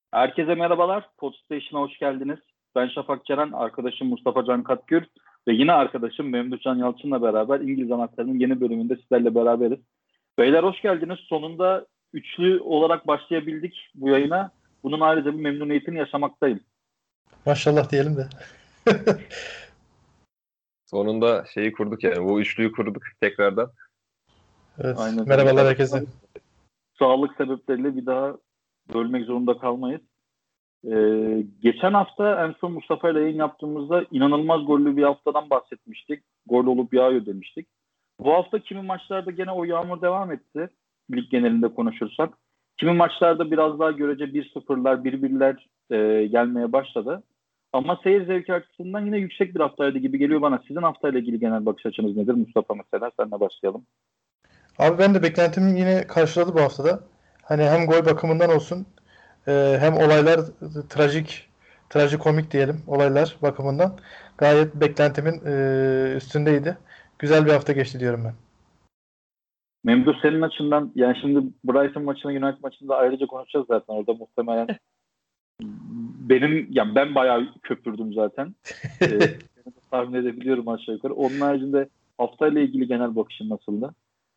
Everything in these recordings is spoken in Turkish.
Herkese merhabalar. Podstation'a hoş geldiniz. Ben Şafak Ceren, arkadaşım Mustafa Can Katgür ve yine arkadaşım Memduh Can Yalçın'la beraber İngiliz Anahtarı'nın yeni bölümünde sizlerle beraberiz. Beyler hoş geldiniz. Sonunda üçlü olarak başlayabildik bu yayına. Bunun ayrıca bir memnuniyetini yaşamaktayım. Maşallah diyelim de. Sonunda şeyi kurduk yani. Bu üçlüyü kurduk tekrardan. Evet. Aynen. Merhabalar İnşallah herkese. sağlık sebepleriyle bir daha bölmek zorunda kalmayız. Geçen hafta en son Mustafa ile yayın yaptığımızda inanılmaz gollü bir haftadan bahsetmiştik. Gol olup yağıyor demiştik. Bu hafta kimi maçlarda gene o yağmur devam etti. Lig genelinde konuşursak. Kimi maçlarda biraz daha görece 1-0'lar, 1-1'ler gelmeye başladı. Ama seyir zevki açısından yine yüksek bir haftaydı gibi geliyor bana. Sizin haftayla ilgili genel bakış açınız nedir Mustafa mesela? Seninle başlayalım. Abi ben de beklentimi yine karşıladı bu haftada. Hani hem gol bakımından olsun hem olaylar trajikomik diyelim olaylar bakımından gayet beklentimin üstündeydi. Güzel bir hafta geçti diyorum ben. Memduh senin açından yani şimdi Brighton maçını United maçında ayrıca konuşacağız zaten. Orada muhtemelen ben bayağı köpürdüm zaten. Tahmin edebiliyorum aşağı yukarı. Onun haricinde haftayla ilgili genel bakışın nasıldı?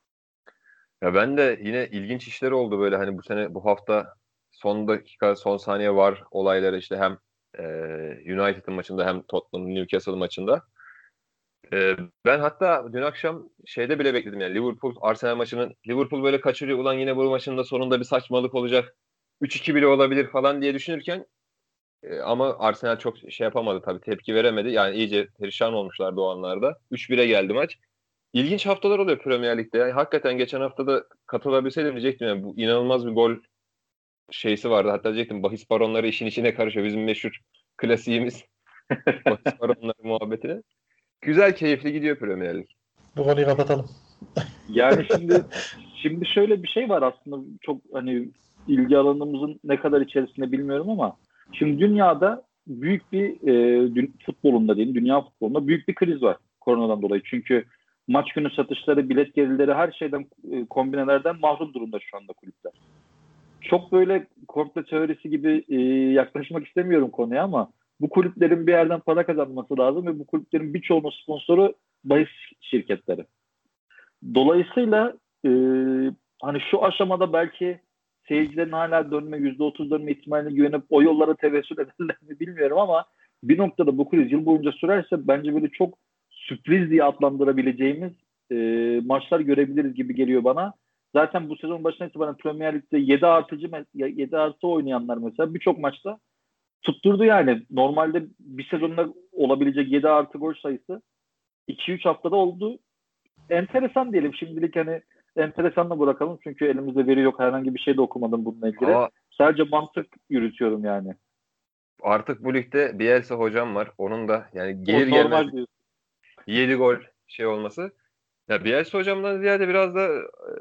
Ya ben de yine ilginç işler oldu böyle hani bu hafta son dakika son saniye var olayları işte hem United'ın maçında hem Tottenham Newcastle maçında. Ben hatta dün akşam şeyde bile bekledim yani Liverpool Arsenal maçının Liverpool böyle kaçırıyor ulan yine bu maçın da sonunda bir saçmalık olacak. 3-2 bile olabilir falan diye düşünürken ama Arsenal çok şey yapamadı tabii tepki veremedi. Yani iyice perişan olmuşlardı o anlarda. 3-1'e geldi maç. İlginç haftalar oluyor Premier Lig'de. Yani hakikaten geçen hafta da katılabilseydim diyecektim. Yani bu inanılmaz bir gol şeysi vardı. Hatta diyecektim bahis baronları işin içine karışıyor. Bizim meşhur klasiğimiz bahis baronları muhabbetine. Güzel, keyifli gidiyor Premier Lig. Bu konuyu kapatalım. Yani şimdi şöyle bir şey var aslında çok hani ilgi alanımızın ne kadar içerisinde bilmiyorum ama şimdi dünyada büyük bir futbolunda diyeyim dünya futbolunda büyük bir kriz var koronadan dolayı. Çünkü maç günü satışları, bilet gelirleri her şeyden kombinelerden mahrum durumda şu anda kulüpler. Çok böyle komplo teorisi gibi yaklaşmak istemiyorum konuya ama bu kulüplerin bir yerden para kazanması lazım ve bu kulüplerin birçoğunun sponsoru bahis şirketleri. Dolayısıyla e, hani şu aşamada belki seyircilerin hala %30 dönme ihtimaline güvenip o yollara tevessül ederler mi bilmiyorum ama bir noktada bu kriz yıl boyunca sürerse bence böyle çok sürpriz diye adlandırabileceğimiz maçlar görebiliriz gibi geliyor bana. Zaten bu sezon başına itibaren Premier Lig'de 7 artı oynayanlar mesela birçok maçta tutturdu yani. Normalde bir sezonda olabilecek 7 artı gol sayısı 2-3 haftada oldu. Enteresan diyelim şimdilik hani enteresanla bırakalım çünkü elimizde veri yok herhangi bir şey de okumadım bununla ilgili. Ama Sadece mantık yürütüyorum yani. artık bu ligde Bielsa hocam var. Onun da yani O gelir gelmez normal diyorsun. 7 gol şey olması. Ya Bielsa hocamdan ziyade biraz da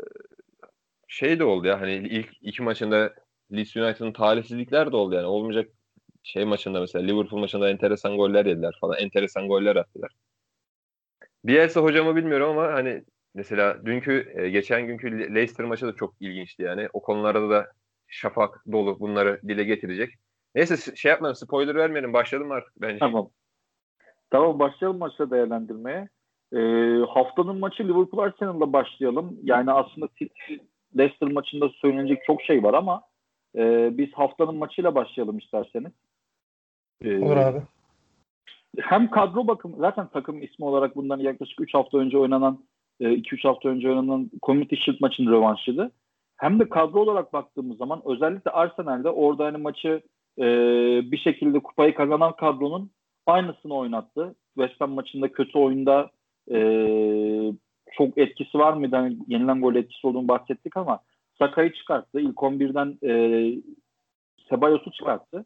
şey de oldu ya hani ilk iki maçında Leeds United'ın talihsizlikler de oldu yani. Olmayacak şey maçında mesela Liverpool maçında enteresan goller yediler falan. Enteresan goller attılar. Bielsa hocamı bilmiyorum ama hani mesela geçen günkü Leicester maçı da çok ilginçti yani. O konularda da Şafak dolu bunları dile getirecek. Neyse şey yapmayalım spoiler vermeyelim başlayalım artık bence. Tamam. Tamam başlayalım maçla değerlendirmeye. Haftanın maçı Liverpool Arsenal'la başlayalım. Yani aslında City Leicester maçında söylenecek çok şey var ama biz haftanın maçıyla başlayalım isterseniz. Olur Ee, abi. Hem kadro bakımı zaten takım ismi olarak bundan yaklaşık 3 hafta önce oynanan 2-3 hafta önce oynanan Community Shield maçının rövanşıydı. Hem de kadro olarak baktığımız zaman özellikle Arsenal'de orada hani maçı bir şekilde kupayı kazanan kadronun aynısını oynattı. West Ham maçında kötü oyunda e, çok etkisi var mıydı? Hani yenilen gol etkisi olduğunu bahsettik ama Saka'yı çıkarttı. İlk 11'den Cebalos'u çıkarttı.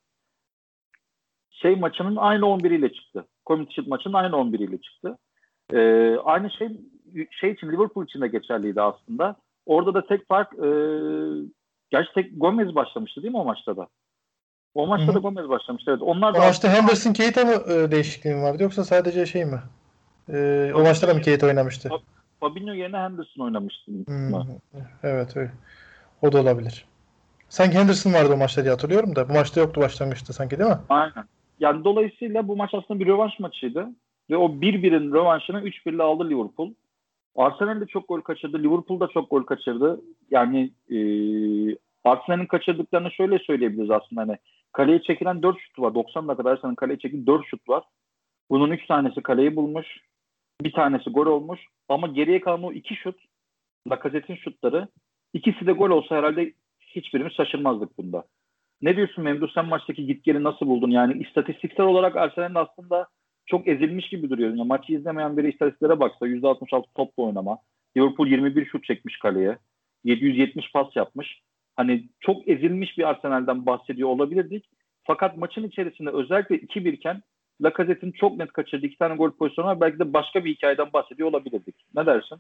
Maçının aynı 11 ile çıktı. Community Shield maçının aynı 11 ile çıktı. Aynı şey için Liverpool için de geçerliydi aslında. Orada da tek fark gerçi tek Gomez başlamıştı değil mi o maçta da? O Hı maçta da hı. Gomez başlamıştı. Evet. Onlar O da maçta aslında Henderson Keita mı değişikliği mi vardı yoksa sadece şey mi? O maçta Fabinho da mı Keita oynamıştı? Fabinho yerine Henderson oynamıştı Hmm, mı? evet öyle. O da olabilir. Sanki Henderson vardı o maçta diye hatırlıyorum da. Bu maçta yoktu başlangıçta sanki, değil mi? Aynen. Yani dolayısıyla bu maç aslında bir rövanş maçıydı. Ve o 1-1'in rövanşını 3-1'le aldı Liverpool. Arsenal de çok gol kaçırdı. Liverpool da çok gol kaçırdı. Yani Arsenal'in kaçırdıklarını şöyle söyleyebiliriz aslında. Hani kaleye çekilen 4 şut var. 90 dakikada Arsenal'in kaleye çekilen 4 şut var. Bunun 3 tanesi kaleyi bulmuş. Bir tanesi gol olmuş. Ama geriye kalan o 2 şut, Lacazette'in şutları, ikisi de gol olsa herhalde hiçbirimiz şaşırmazdık bunda. Ne diyorsun Memduh? Sen maçtaki git geli nasıl buldun? Yani istatistiksel olarak Arsenal'in aslında çok ezilmiş gibi duruyor. Yani maçı izlemeyen biri istatistiklere baksa %66 topla oynama. Liverpool 21 şut çekmiş kaleye. 770 pas yapmış. Hani çok ezilmiş bir Arsenal'den bahsediyor olabilirdik. Fakat maçın içerisinde özellikle 2-1 iken Lacazette'in çok net kaçırdığı 2 tane gol pozisyonu var. Belki de başka bir hikayeden bahsediyor olabilirdik. Ne dersin?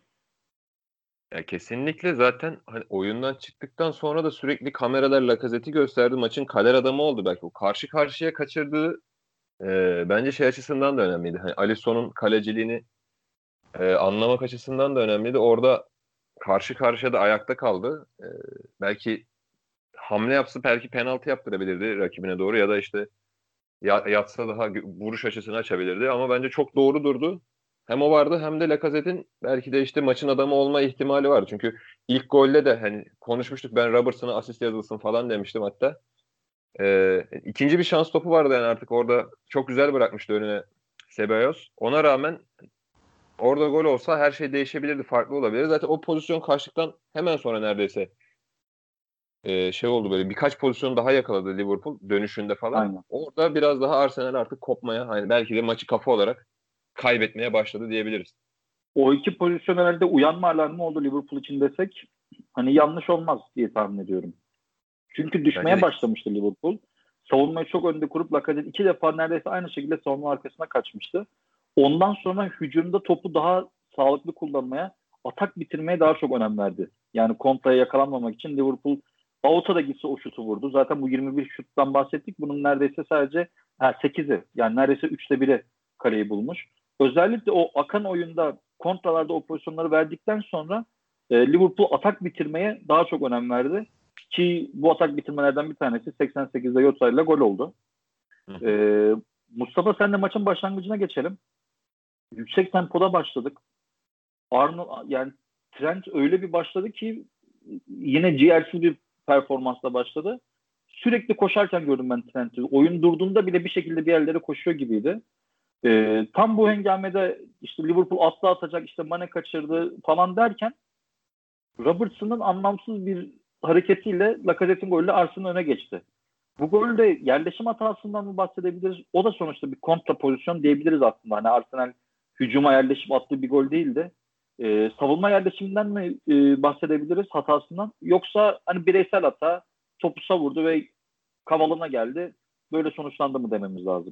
Ya kesinlikle zaten hani oyundan çıktıktan sonra da sürekli kameralar Lacazette'i gösterdi. Maçın kader adamı oldu belki. O karşı karşıya kaçırdığı bence şey açısından da önemliydi. Hani Alisson'un kaleciliğini anlamak açısından da önemliydi. Orada karşı karşıya da ayakta kaldı. Belki hamle yapsa belki penaltı yaptırabilirdi rakibine doğru ya da işte yatsa daha vuruş açısını açabilirdi ama bence çok doğru durdu. Hem o vardı hem de Lacazette'in belki de işte maçın adamı olma ihtimali var. Çünkü ilk golle de hani konuşmuştuk, ben Robertson'a asist yazılsın falan demiştim hatta. İkinci bir şans topu vardı yani artık orada çok güzel bırakmıştı önüne Ceballos. Ona rağmen orada gol olsa her şey değişebilirdi, farklı olabilirdi. Zaten o pozisyon kaçtıktan hemen sonra neredeyse şey oldu, böyle birkaç pozisyon daha yakaladı Liverpool dönüşünde falan. Aynen. Orada biraz daha Arsenal artık kopmaya, hani belki de maçı kafa olarak kaybetmeye başladı diyebiliriz. O iki pozisyon herhalde uyanma alarmı oldu Liverpool için desek hani yanlış olmaz diye tahmin ediyorum. Çünkü Bence düşmeye de başlamıştı Liverpool. Savunmayı çok önde kurup Lacazette 2 defa neredeyse aynı şekilde savunma arkasına kaçmıştı. Ondan sonra hücumda topu daha sağlıklı kullanmaya, atak bitirmeye daha çok önem verdi. Yani kontraya yakalanmamak için Liverpool out'a da gitse o şutu vurdu. Zaten bu 21 şuttan bahsettik. Bunun neredeyse sadece 8'i, yani neredeyse 1/3'i kaleyi bulmuş. Özellikle o akan oyunda kontralarda o pozisyonları verdikten sonra Liverpool atak bitirmeye daha çok önem verdi. Ki bu atak bitirmelerden bir tanesi 88'de Jota ile gol oldu. Hı hı. Mustafa, sen de maçın başlangıcına geçelim. Yüksek tempoda başladık. Arnold, yani Trent öyle bir başladı ki yine ciğersiz bir performansla başladı. Sürekli koşarken gördüm ben Trent'i. Oyun durduğunda bile bir şekilde bir yerlere koşuyor gibiydi. Tam bu hengamede işte Liverpool atla atacak, işte Mane kaçırdı falan derken Robertson'ın anlamsız bir hareketiyle Lacazette'in golüyle Arsenal öne geçti. Bu golde yerleşim hatasından mı bahsedebiliriz? O da sonuçta bir kontra pozisyon diyebiliriz aslında. Hani Arsenal hücuma yerleşip attığı bir gol değil de savunma yerleşiminden mi bahsedebiliriz hatasından? Yoksa hani bireysel hata, topu savurdu ve kavalına geldi. Böyle sonuçlandı mı dememiz lazım.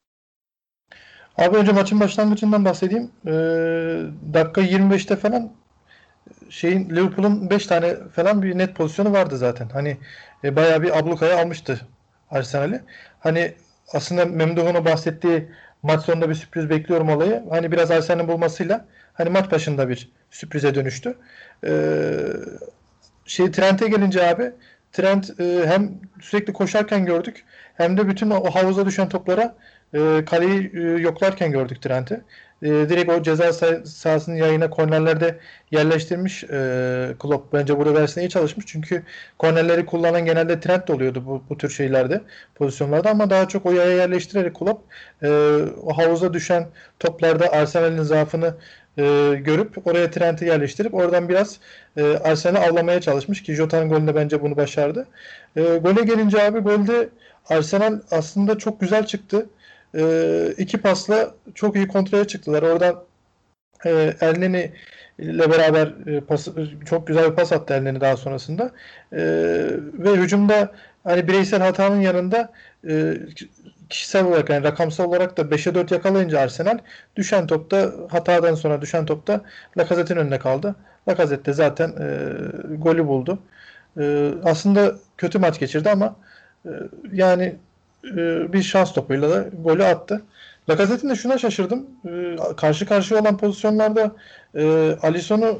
Abi önce maçın başlangıcından bahsedeyim. Dakika 25'te falan Liverpool'un 5 tane falan bir net pozisyonu vardı zaten. Hani bayağı bir ablukaya almıştı Arsenal'i. Hani aslında Memduh'un bahsettiği maç sonunda bir sürpriz bekliyorum olayı. Hani biraz Arsenal'in bulmasıyla hani maç başında bir sürprize dönüştü. Trent'e gelince abi, Trent hem sürekli koşarken gördük, hem de bütün o havuza düşen toplara kaleyi yoklarken gördük Trent'i. Direkt o ceza sahasının yayına kornerlerde yerleştirmiş Klopp. Bence burada dersine iyi çalışmış. Çünkü kornerleri kullanan genelde Trent de oluyordu bu tür şeylerde, pozisyonlarda, ama daha çok o yaya yerleştirerek Klopp o havuza düşen toplarda Arsenal'in zaafını görüp oraya Trent'i yerleştirip oradan biraz Arsenal'i avlamaya çalışmış ki Jota'nın golünde bence bunu başardı. Gole gelince abi, golde Arsenal aslında çok güzel çıktı. İki pasla çok iyi kontraya çıktılar. Oradan Elneny ile beraber çok güzel bir pas attı Elneny daha sonrasında. Ve hücumda hani bireysel hatanın yanında kişisel olarak, yani rakamsal olarak da 5'e 4 yakalayınca Arsenal düşen topta, hatadan sonra düşen topta Lacazette'in önüne kaldı. Lacazette de zaten golü buldu. Aslında kötü maç geçirdi ama e, yani bir şans topuyla da golü attı. Lacazette'in de şuna şaşırdım. Karşı karşıya olan pozisyonlarda Alisson'u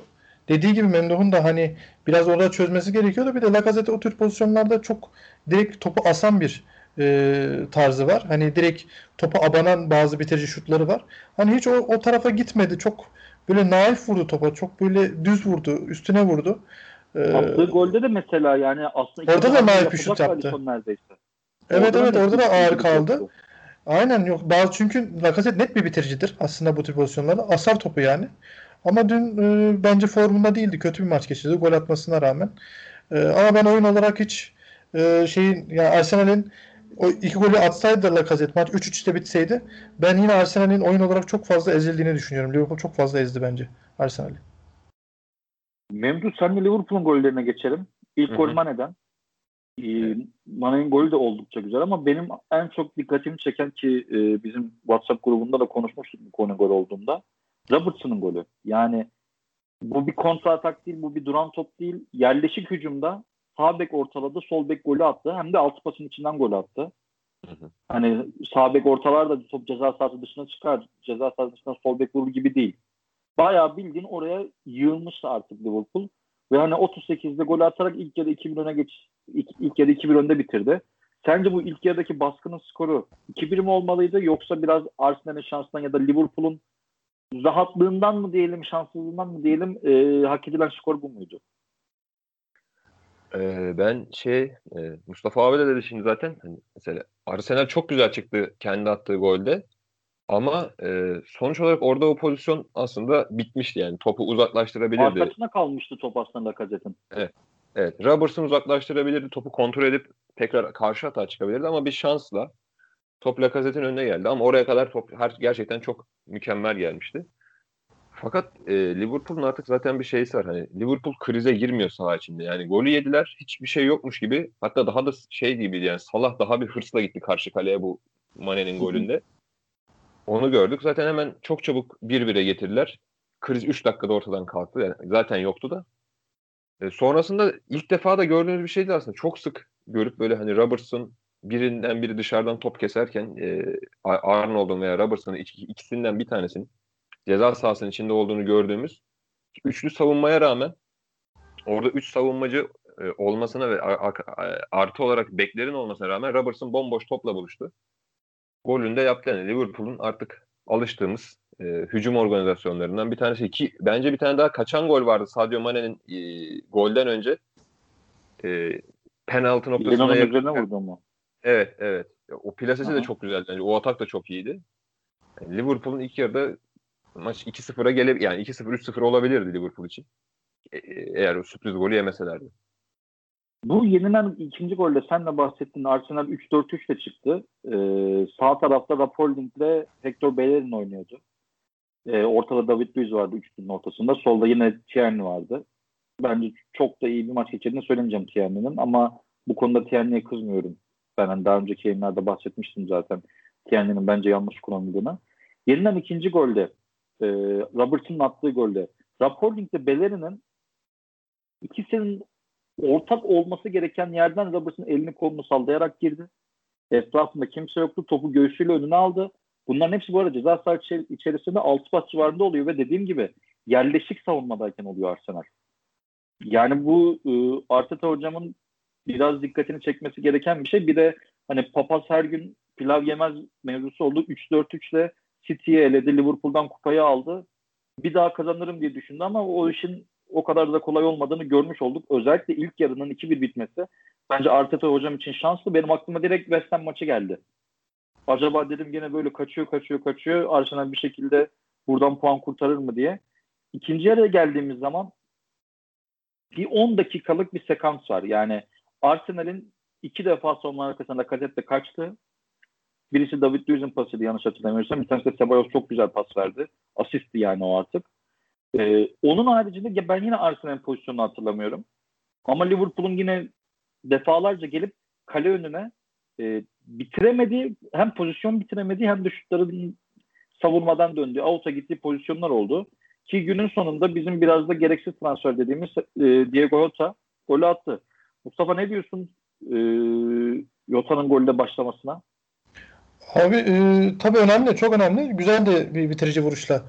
dediği gibi Mendoh'un da hani biraz orada çözmesi gerekiyordu. Bir de Lacazette o tür pozisyonlarda çok direkt topu asan bir tarzı var. Hani direkt topa abanan bazı bitirici şutları var. Hani hiç o tarafa gitmedi. Çok böyle naif vurdu topa. Çok böyle düz vurdu. Üstüne vurdu. Attığı golde de mesela yani aslında ikinci Orada da hamleyi naif bir şut yapacaktı yaptı. Alisson neredeyse. Evet Orada da evet, net orada bir da ağır bitiricilik kaldı. yoktu. Aynen, yok. Çünkü Lacazette net bir bitiricidir aslında bu tür pozisyonlarda. Asar topu yani. Ama dün bence formunda değildi. Kötü bir maç geçirdi gol atmasına rağmen. Ama ben oyun olarak hiç yani Arsenal'in o iki golü atsaydı da Lacazette maç 3-3'te bitseydi, ben yine Arsenal'in oyun olarak çok fazla ezildiğini düşünüyorum. Liverpool çok fazla ezdi bence Arsenal'i. Memduh, senle Liverpool'un gollerine geçelim. Hı İlk gol hı. Mane'den. Evet. Mane'nin golü de oldukça güzel ama benim en çok dikkatimi çeken ki bizim WhatsApp grubunda da konuşmuştuk bu konu gol olduğunda. Robertson'ın golü. Yani bu bir kontra atak değil, bu bir duran top değil. Yerleşik hücumda sağ bek ortaladı, sol bek golü attı. Hem de altı pasın içinden gol attı. Hı hı. Hani sağ bek ortalar da top ceza sahası dışına çıkar. Ceza sahası dışına sol bek vurur gibi değil. Bayağı bildiğin oraya yığılmıştı artık Liverpool. Ve hani 38'de gol atarak ilk yarı 2-1 öne ilk yarı 2-1 önde bitirdi. Sence bu ilk yarıdaki baskının skoru 2-1 mi olmalıydı, yoksa biraz Arsenal'in şansından ya da Liverpool'un rahatlığından mı diyelim, şanssızlığından mı diyelim, hak edilen skor bu muydu? Ben Mustafa abi de dedi şimdi zaten hani mesela Arsenal çok güzel çıktı kendi attığı golde ama sonuç olarak orada o pozisyon aslında bitmişti yani topu uzaklaştırabilirdi. Arkasına kalmıştı top aslında Lacazette'in. Evet. Evet. Robertson uzaklaştırabilirdi. Topu kontrol edip tekrar karşı hata çıkabilirdi ama bir şansla top Lacazette'in önüne geldi ama oraya kadar top gerçekten çok mükemmel gelmişti. Fakat Liverpool'un artık zaten bir şeysi var. Hani Liverpool krize girmiyor saha içinde. Yani golü yediler. Hiçbir şey yokmuş gibi. Hatta daha da şey gibiydi yani Salah daha bir hırsla gitti karşı kaleye bu Mane'nin golünde. Onu gördük. Zaten hemen çok çabuk 1-1'e getirdiler. Kriz 3 dakikada ortadan kalktı. Yani zaten yoktu da. Sonrasında ilk defa da gördüğünüz bir şeydi aslında. Çok sık görüp böyle hani Robertson birinden biri dışarıdan top keserken Arnold'un veya Robertson'ın ikisinden bir tanesinin ceza sahasının içinde olduğunu gördüğümüz üçlü savunmaya rağmen orada üç savunmacı olmasına ve artı olarak beklerin olmasına rağmen Robertson bomboş topla buluştu. Golünü de yaptı. Yani Liverpool'un artık alıştığımız hücum organizasyonlarından bir tanesi. Ki bence bir tane daha kaçan gol vardı Sadio Mane'nin golden önce. E, Penaltı noktasına Leno'nun yakın. üzerine vurdu ama. Evet, evet. O plasesi de Aha. çok güzeldi. Yani o atak da çok iyiydi. Yani Liverpool'un ilk yarıda maç 2-0'a yani 2-0 3-0 olabilirdi Liverpool için. Eğer o sürpriz golü yemeselerdi. Bu yenilen ikinci golde sen de bahsettiğin Arsenal 3-4-3 ile çıktı. Sağ tarafta Rapolding ile Hector Bellerin oynuyordu. Ortada David Luiz vardı üçlünün ortasında. Solda yine Tierney vardı. Bence çok da iyi bir maç geçirdiğini söylemeyeceğim Tierney'nin, ama bu konuda Tierney'e kızmıyorum. Ben hani daha önceki yayınlarda bahsetmiştim zaten Tierney'nin bence yanlış kullanıldığını. Yenilen ikinci golde Robertson'un attığı golde Rapolding ile Bellerin'in ikisinin ortak olması gereken yerden Robertson elini kolunu sallayarak girdi. Etrafında kimse yoktu. Topu göğsüyle önüne aldı. Bunların hepsi bu arada ceza sahası içerisinde 6 pas civarında oluyor ve dediğim gibi yerleşik savunmadayken oluyor Arsenal. Yani bu Arteta hocamın biraz dikkatini çekmesi gereken bir şey. Bir de hani papaz her gün pilav yemez mevzusu oldu. 3-4-3 ile City'yi eledi. Liverpool'dan kupayı aldı. Bir daha kazanırım diye düşündü ama o işin o kadar da kolay olmadığını görmüş olduk. Özellikle ilk yarının 2-1 bitmesi bence Arteta hocam için şanslı. Benim aklıma direkt West Ham maçı geldi. Acaba dedim gene böyle kaçıyor. Arsenal bir şekilde buradan puan kurtarır mı diye. İkinci yarıya geldiğimiz zaman bir 10 dakikalık bir sekans var. Yani Arsenal'in iki defa savunma arkasında Lacazette kaçtı. Birisi David Luiz'in pasıydı yanlış hatırlamıyorsam. Bir tanesi de Ceballos çok güzel pas verdi. Asistti yani o artık. Onun haricinde ben yine Arsenal'in pozisyonunu hatırlamıyorum. Ama Liverpool'un yine defalarca gelip kale önüne bitiremediği, hem pozisyon bitiremediği hem de şutların savunmadan döndüğü, out'a gittiği pozisyonlar oldu. Ki günün sonunda bizim biraz da gereksiz transfer dediğimiz Diego Jota golü attı. Mustafa, ne diyorsun Jota'nın golle başlamasına? Abi tabii önemli, çok önemli. Güzel de bir bitirici vuruşla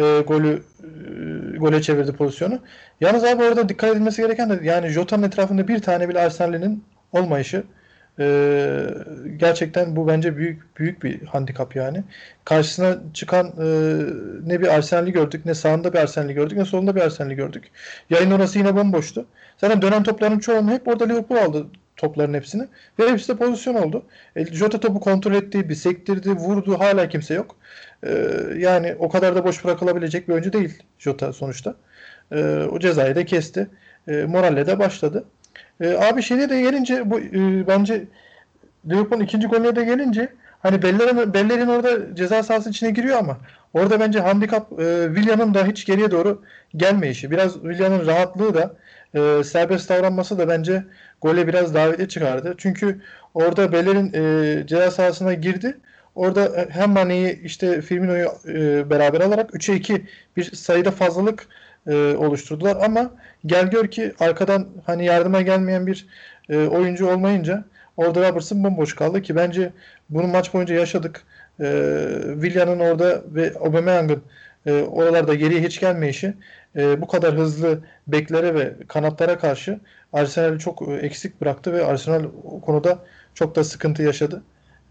gole çevirdi pozisyonu. Yalnız abi orada dikkat edilmesi gereken de yani Jota'nın etrafında bir tane bile Arsenal'in olmayışı e, gerçekten bu bence büyük bir handikap yani. Karşısına çıkan ne bir Arsenal'i gördük, ne sağında bir Arsenal'i gördük, ne solunda bir Arsenal'i gördük. Yayın orası yine bomboştu. Zaten dönen topların çoğunu hep orada Liverpool aldı, topların hepsini. Ve hepsi de pozisyon oldu. Jota topu kontrol etti, bir sektirdi, vurdu. Hala kimse yok. Yani o kadar da boş bırakılabilecek bir oyuncu değil Jota sonuçta. O cezayı da kesti. Moralle de başladı. Abi şeyde de gelince bu bence Liverpool'un ikinci golüne de gelince hani Bellerin orada ceza sahası içine giriyor ama orada bence handikap Willian'ın da hiç geriye doğru gelmeyişi. Biraz Willian'ın rahatlığı da serbest davranması da bence gole biraz davetiye çıkardı. Çünkü orada Bellerin ceza sahasına girdi. Orada hem Mane'yi işte Firmino'yu beraber alarak 3'e 2 bir sayıda fazlalık oluşturdular ama gel gör ki arkadan hani yardıma gelmeyen bir oyuncu olmayınca orada Robertson bomboş kaldı ki bence bunu maç boyunca yaşadık. Willian'ın orada ve Aubameyang'ın oralarda geriye hiç gelmeyişi bu kadar hızlı beklere ve kanatlara karşı Arsenal'i çok eksik bıraktı ve Arsenal o konuda çok da sıkıntı yaşadı.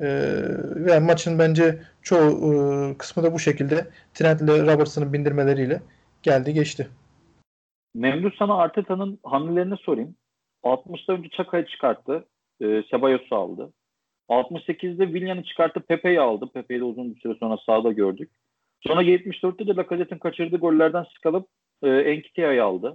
Ve maçın bence çoğu kısmı da bu şekilde Trent ile Robertson'ın bindirmeleriyle geldi geçti. Memduh, sana Arteta'nın hamlelerini sorayım. 60'ta önce Çaka'yı çıkarttı. Cebalos'u aldı. 68'de Willian'ı çıkarttı. Pepe'yi aldı. Pepe'yi de uzun bir süre sonra sahada gördük. Sonra 74'te de Lacazette'in kaçırdığı gollerden sıkılıp Nketiah'yı aldı.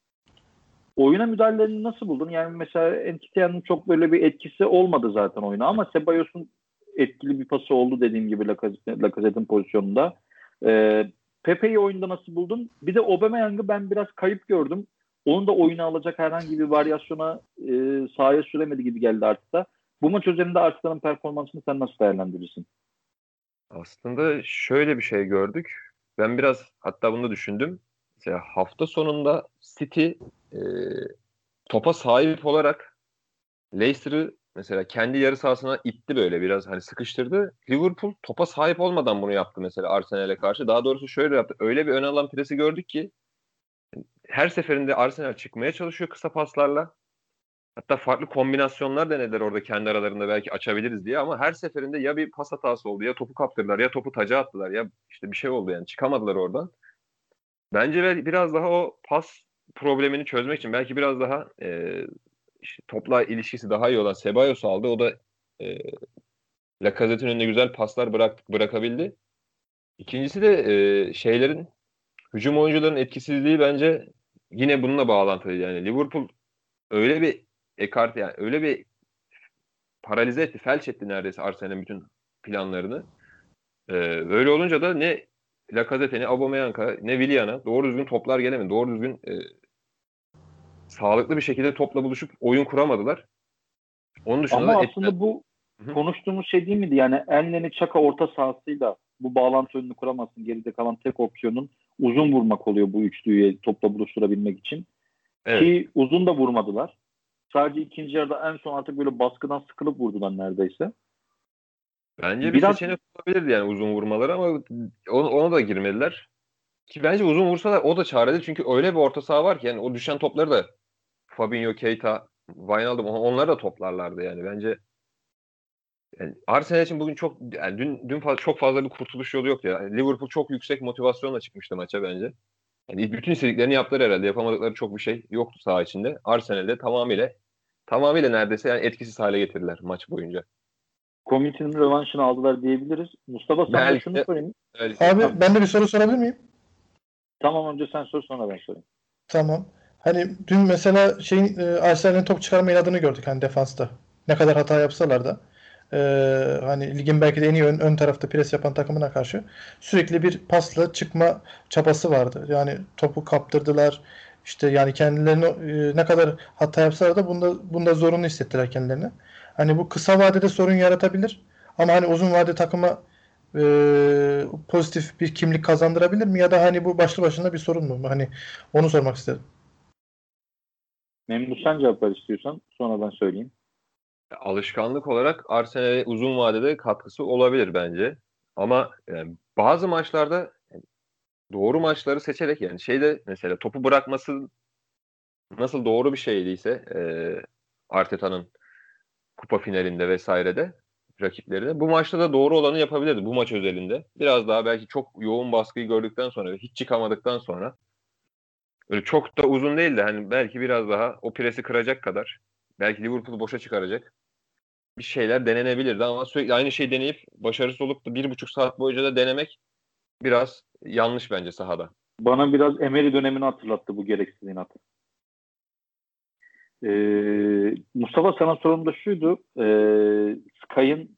Oyuna müdahalelerini nasıl buldun? Yani mesela Nketiah'nın çok böyle bir etkisi olmadı zaten oyuna ama Cebalos'un etkili bir pası oldu dediğim gibi Lacazette'in pozisyonunda. Pepe'yi oyunda nasıl buldun? Bir de Aubameyang'ı ben biraz kayıp gördüm. Onun da oyuna alacak herhangi bir varyasyona sahaya süremedi gibi geldi artık da. Bu maç üzerinde Arsenal'ın performansını sen nasıl değerlendirirsin? Aslında şöyle bir şey gördük. Ben biraz hatta bunu da düşündüm. Mesela hafta sonunda City e, topa sahip olarak Leicester'ı mesela kendi yarı sahasına itti, böyle biraz hani sıkıştırdı. Liverpool topa sahip olmadan bunu yaptı mesela Arsenal'e karşı. Daha doğrusu şöyle yaptı. Öyle bir ön alan presi gördük ki her seferinde Arsenal çıkmaya çalışıyor kısa paslarla. Hatta farklı kombinasyonlar denediler orada kendi aralarında, belki açabiliriz diye, ama her seferinde ya bir pas hatası oldu, ya topu kaptırdılar, ya topu taca attılar, ya işte bir şey oldu, yani çıkamadılar oradan. Bence biraz daha o pas problemini çözmek için belki biraz daha işte topla ilişkisi daha iyi olan Ceballos aldı. O da e, Lacazette'in önüne güzel paslar bırakabildi. İkincisi de şeylerin, hücum oyuncuların etkisizliği bence yine bununla bağlantılı. Yani Liverpool öyle bir yani öyle bir paralize etti, felç etti neredeyse Arsenal'in bütün planlarını. Böyle olunca da ne Lacazette, ne Aubameyang'a, ne Willian'a doğru düzgün toplar gelemedi. Doğru düzgün sağlıklı bir şekilde topla buluşup oyun kuramadılar. Onun dışında da Ama aslında bu Hı-hı. konuştuğumuz şey değil miydi? Yani Elneny Çaka orta sahasıyla bu bağlantı oyununu kuramazsın. Geride kalan tek opsiyonun uzun vurmak oluyor bu üçlüyü topla buluşturabilmek için. Evet. Ki uzun da vurmadılar. Sadece ikinci yarıda en son artık böyle baskıdan sıkılıp vurdular neredeyse. Bence bir Biraz seçenek olabilirdi yani uzun vurmaları, ama ona da girmediler. Ki bence uzun vursalar o da çareli, çünkü öyle bir orta saha var ki yani o düşen topları da Fabinho, Keita, Wijnaldum onları da toplarlardı yani. Bence yani Arsenal için bugün çok, yani çok fazla bir kurtuluş yolu yoktu ya. Yani Liverpool çok yüksek motivasyonla çıkmıştı maça bence. Yani bütün istediklerini yaptılar herhalde. Yapamadıkları çok bir şey yoktu saha içinde. Arsenal'de tamamıyla neredeyse yani etkisiz hale getirdiler maç boyunca. Community'nin rövanşını aldılar diyebiliriz. Mustafa, sana da Belki şunu de sorayım. öyle diyebilirim. Abi ben de bir soru sorabilir miyim? Tamam, önce sen sor sonra ben sorayım. Tamam. Hani dün mesela Arsenal'in top çıkarma inadını gördük hani defansta. Ne kadar hata yapsalar da hani ligin belki de en iyi ön tarafta pres yapan takımına karşı sürekli bir pasla çıkma çabası vardı. Yani topu kaptırdılar. İşte yani kendilerini ne kadar hata yapsalar da bunda zorunlu hissettiler kendilerini. Hani bu kısa vadede sorun yaratabilir. Ama hani uzun vade takıma pozitif bir kimlik kazandırabilir mi? Ya da hani bu başlı başına bir sorun mu? Hani onu sormak istedim. Memnun, sen cevap ver istiyorsan sonra ben söyleyeyim. Alışkanlık olarak Arsenal'e uzun vadede katkısı olabilir bence. Ama yani bazı maçlarda doğru maçları seçerek yani şeyde mesela topu bırakması nasıl doğru bir şeydiyse Arteta'nın kupa finalinde vesairede rakiplerine bu maçta da doğru olanı yapabilirdi bu maç özelinde. Biraz daha belki çok yoğun baskıyı gördükten sonra ve hiç çıkamadıktan sonra böyle çok da uzun değil de hani belki biraz daha o presi kıracak kadar belki Liverpool'u boşa çıkaracak bir şeyler denenebilirdi ama sürekli aynı şeyi deneyip başarısız olup da 1,5 saat boyunca da denemek biraz yanlış bence sahada. Bana biraz Emery dönemini hatırlattı bu gereksiz inat. Mustafa, sana sorum da şuydu. Sky'ın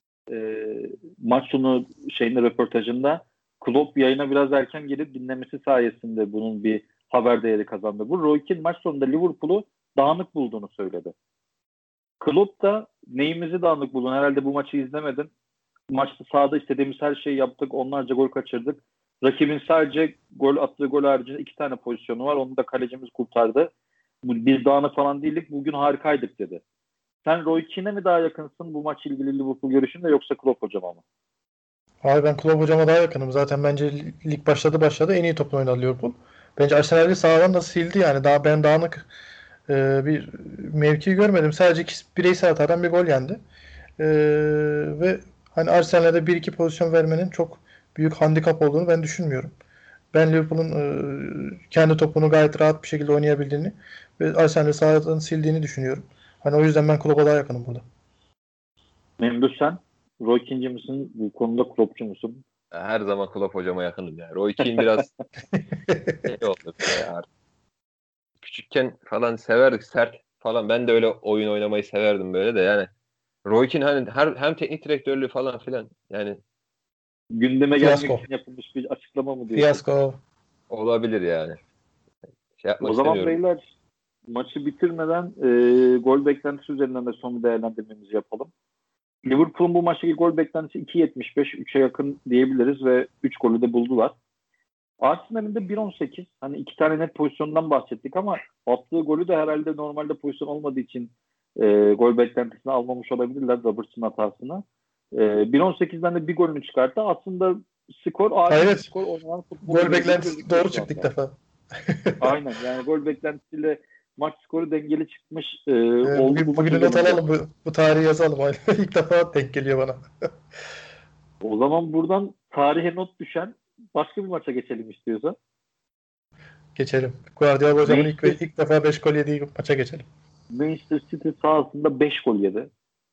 maç sonu röportajında Klopp yayına biraz erken gelip dinlemesi sayesinde bunun bir haber değeri kazandı. Bu Roy Keane maç sonunda Liverpool'u dağınık bulduğunu söyledi. Klopp da neyimizi dağınık buldun? Herhalde bu maçı izlemedin. Maçta sahada istediğimiz her şeyi yaptık. Onlarca gol kaçırdık. Rakibin sadece attığı gol haricinde 2 tane pozisyonu var. Onu da kalecimiz kurtardı. Biz dağınık falan değildik. Bugün harikaydık dedi. Sen Roy Keane'e mi daha yakınsın bu maç ilgili Liverpool görüşünde yoksa Klopp hocama mı? Abi ben Klopp hocama daha yakınım. Zaten bence lig başladı en iyi topla oynadı Liverpool. Bence Arsenal'i sağdan da sildi yani. Daha ben dağınık bir mevki görmedim. Sadece bireysel hatadan bir gol yendi. Ve hani Arsenal'e 1-2 pozisyon vermenin çok büyük handikap olduğunu ben düşünmüyorum. Ben Liverpool'un kendi topunu gayet rahat bir şekilde oynayabildiğini ve Arsenal'i sağdan sildiğini düşünüyorum. Hani o yüzden ben Klopp'a daha yakınım burada. Memduh, sen Roy Keane'ci misin? Bu konuda Klopp'cu musun? Her zaman Klopp hocama yakınım yani. Roy Keane biraz şey oldu ya. Küçükken falan severdik sert falan. Ben de öyle oyun oynamayı severdim böyle de yani. Roy Keane hani hem teknik direktörlüğü falan filan yani Gündeme gelmek Fiyasko. için yapılmış bir açıklama mı diyorsun? Fiyasko. olabilir yani. Şey yapmak O zaman istemiyorum. beyler, maçı bitirmeden gol beklentisi üzerinden de son bir değerlendirmemizi yapalım. Liverpool'un bu maçtaki gol beklentisi 2.75, 3'e yakın diyebiliriz ve 3 golü de buldular. Arsenal'in de 1.18. Hani 2 tane net pozisyondan bahsettik ama attığı golü de herhalde normalde pozisyon olmadığı için gol beklentisini almamış olabilirler, Robertson hatasını. 1.18'den de bir golünü çıkarttı. Aslında skor adil bir skor, oynanan futbol Gol beklentisi doğru çıktı ilk defa. Aynen, yani gol beklentisiyle maç skoru dengeli çıkmış oldu. Bugünü not alalım, bu tarihi yazalım. İlk defa denk geliyor bana. O zaman buradan tarihe not düşen başka bir maça geçelim istiyorsan. Geçelim. Guardiola hocamın ilk defa 5 gol yediği maça geçelim. Manchester City sahasında 5 gol yedi.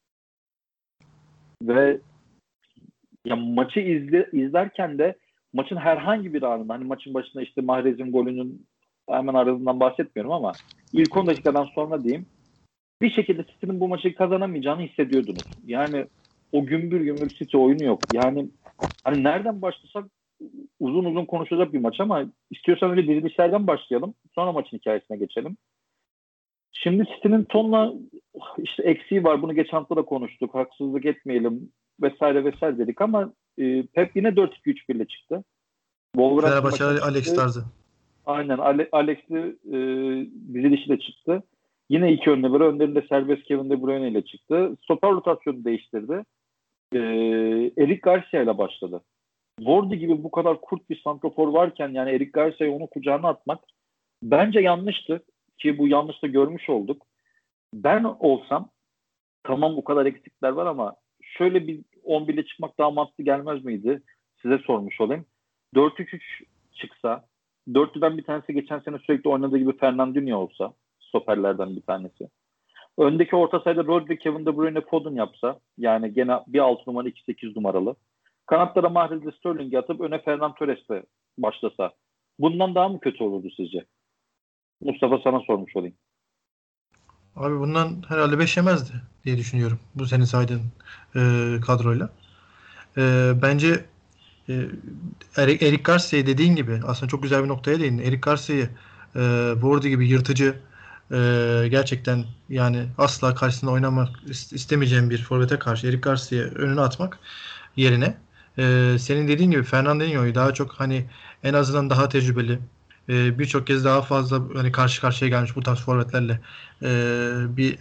Ve ya maçı izlerken de maçın herhangi bir anında, hani maçın başında işte Mahrez'in golünün hemen ardından bahsetmiyorum ama ilk 10 dakikadan sonra diyeyim, bir şekilde City'nin bu maçı kazanamayacağını hissediyordunuz. Yani o gümbür gümbür City oyunu yok. Yani hani nereden başlasak uzun uzun konuşacak bir maç ama istiyorsan öyle dirilişlerden başlayalım. Sonra maçın hikayesine geçelim. Şimdi City'nin tonla işte eksiği var. Bunu geçen hafta da konuştuk. Haksızlık etmeyelim vesaire vesaire dedik ama Pep yine 4-2-3-1 ile çıktı. Fenerbahçe Alex tarzı. Aynen. Alex'li dizilişi de çıktı. Yine iki önde var. Önlerinde serbest Kevin De Bruyne ile çıktı. Stoper rotasyonu değiştirdi. Eric Garcia ile başladı. Wardy gibi bu kadar kurt bir santrafor varken yani Eric Garcia'yı onu kucağına atmak bence yanlıştı. Ki bu yanlış da görmüş olduk. Ben olsam, tamam bu kadar eksikler var ama şöyle bir 11'le çıkmak daha mantıklı gelmez miydi? Size sormuş olayım. 4-3-3 çıksa, dörtlüden bir tanesi geçen sene sürekli oynadığı gibi Fernandinho olsa, stoperlerden bir tanesi. Öndeki orta sahada Rodri, Kevin De Bruyne, Foden yapsa, yani gene bir 6 numara 2-8 numaralı. Kanatlara Mahrez'le Sterling'i atıp öne Ferran Torres'le başlasa. Bundan daha mı kötü olurdu sizce? Mustafa, sana sormuş olayım. Abi bundan herhalde 5 yemezdi diye düşünüyorum. Bu senin saydığın kadroyla. Bence Eric Garcia'yı dediğin gibi aslında çok güzel bir noktaya değindin. Eric Garcia'yı Wardy gibi yırtıcı gerçekten yani asla karşısında oynamak istemeyeceğim bir forvete karşı Eric Garcia'yı önüne atmak yerine senin dediğin gibi Fernandinho'yu daha çok hani en azından daha tecrübeli birçok kez daha fazla hani karşı karşıya gelmiş bu tarz forvetlerle bir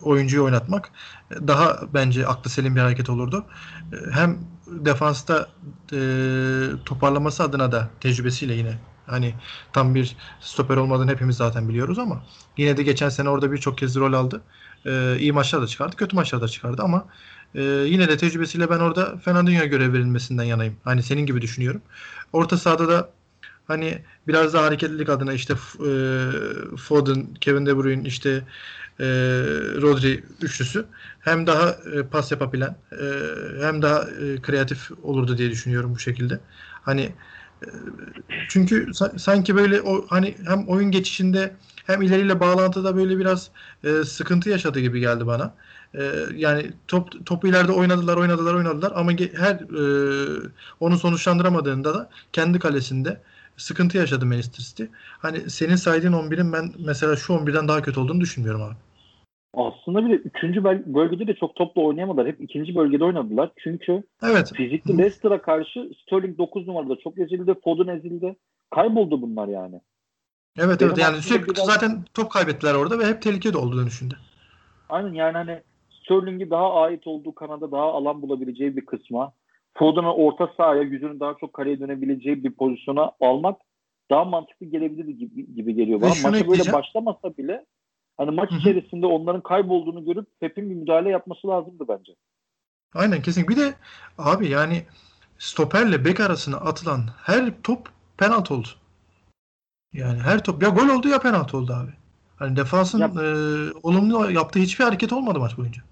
oyuncuyu oynatmak daha bence aklı selim bir hareket olurdu. Hem defansta toparlaması adına da tecrübesiyle yine hani tam bir stoper olmadığını hepimiz zaten biliyoruz ama yine de geçen sene orada birçok kez rol aldı. İyi maçlar da çıkardı, kötü maçlar da çıkardı ama yine de tecrübesiyle ben orada Fernandinho'ya görev verilmesinden yanayım. Hani senin gibi düşünüyorum. Orta sahada da hani biraz daha hareketlilik adına işte Foden, Kevin De Bruyne, işte e, Rodri üçlüsü hem daha pas yapabilen hem daha kreatif olurdu diye düşünüyorum bu şekilde. Hani e, çünkü sanki böyle o hani hem oyun geçişinde hem ileriyle bağlantıda böyle biraz sıkıntı yaşadığı gibi geldi bana. Yani topu ileride oynadılar ama her onu sonuçlandıramadığında da kendi kalesinde sıkıntı yaşadı Manchester City. Hani senin saydığın 11'in ben mesela şu 11'den daha kötü olduğunu düşünmüyorum abi. Aslında bir de 3. bölgede de çok topla oynayamadılar. Hep 2. bölgede oynadılar. Çünkü Evet. fizikli Leicester'a karşı Sterling 9 numarada çok ezildi. Foden ezildi. Kayboldu bunlar yani. Evet, Benim yani aslında sürekli biraz zaten top kaybettiler orada ve hep tehlikeli oldu dönüşünde. aynen yani hani Sterling'i daha ait olduğu kanada daha alan bulabileceği bir kısma, Foden'ı orta sahaya yüzünü daha çok kaleye dönebileceği bir pozisyona almak daha mantıklı gelebilir gibi geliyor Ve bana. şunu Maça böyle ekleyeceğim. başlamasa bile hani maç Hı hı. içerisinde onların kaybolduğunu görüp Pep'in bir müdahale yapması lazımdı bence. Aynen kesin. Bir de abi yani stoperle bek arasına atılan her top penaltı oldu. Yani her top ya gol oldu ya penaltı oldu abi. Hani defansın Ya olumlu yaptığı hiçbir hareket olmadı maç boyunca.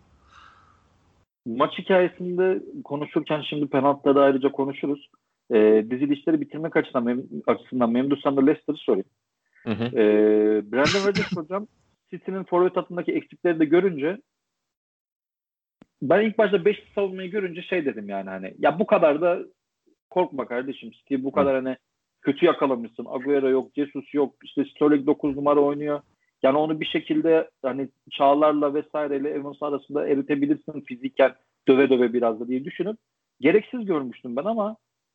maç hikayesinde konuşurken şimdi penaltıları ayrıca konuşuruz. Dizilişleri bitirmek açısından Memduh sana Leicester'ı sorayım. Hı hı. Brandon Rodgers hocam City'nin forvet hattındaki eksikleri de görünce ben ilk başta 5 savunmayı görünce şey dedim yani hani ya bu kadar da korkma kardeşim. City bu Hı. kadar hani kötü yakalamışsın. Agüero yok, Jesus yok. İşte Sterling 9 numara oynuyor. Yani onu bir şekilde hani Çağlar'la vesaireyle Evans arasında eritebilirsin fiziken döve döve biraz da diye düşünüp gereksiz görmüştüm ben ama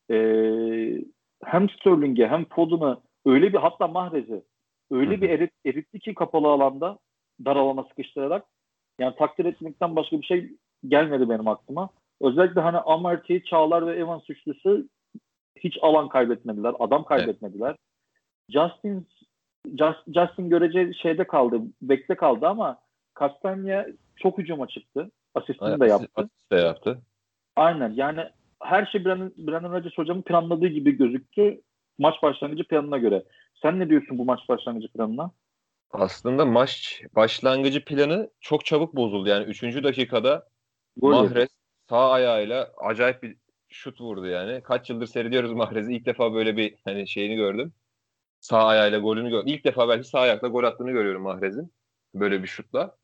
hem Sterling'e hem Foden'ı öyle bir hatta Mahrez'i Hı öyle bir hı. eritti ki kapalı alanda dar alana sıkıştırarak yani takdir etmekten başka bir şey gelmedi benim aklıma. Özellikle hani Amartey, Çağlar ve Evans üçlüsü hiç alan kaybetmediler, adam Evet. kaybetmediler. Justin görece şeyde kaldı, bekle kaldı ama Castagna çok hücuma çıktı. Asistini de yaptı. Asist de yaptı. Aynen yani her şey Brandon Rodgers hocamın planladığı gibi gözüktü maç başlangıcı planına göre. Sen ne diyorsun bu maç başlangıcı planına? Aslında maç başlangıcı planı çok çabuk bozuldu. Yani 3. dakikada Gol yedi. Mahrez sağ ayağıyla acayip bir şut vurdu yani. Kaç yıldır seyrediyoruz Mahrez'i. İlk defa böyle bir hani şeyini gördüm. Sağ ayağıyla golünü gördüm. İlk defa belki sağ ayakla gol attığını görüyorum Mahrez'in. Böyle bir şutla.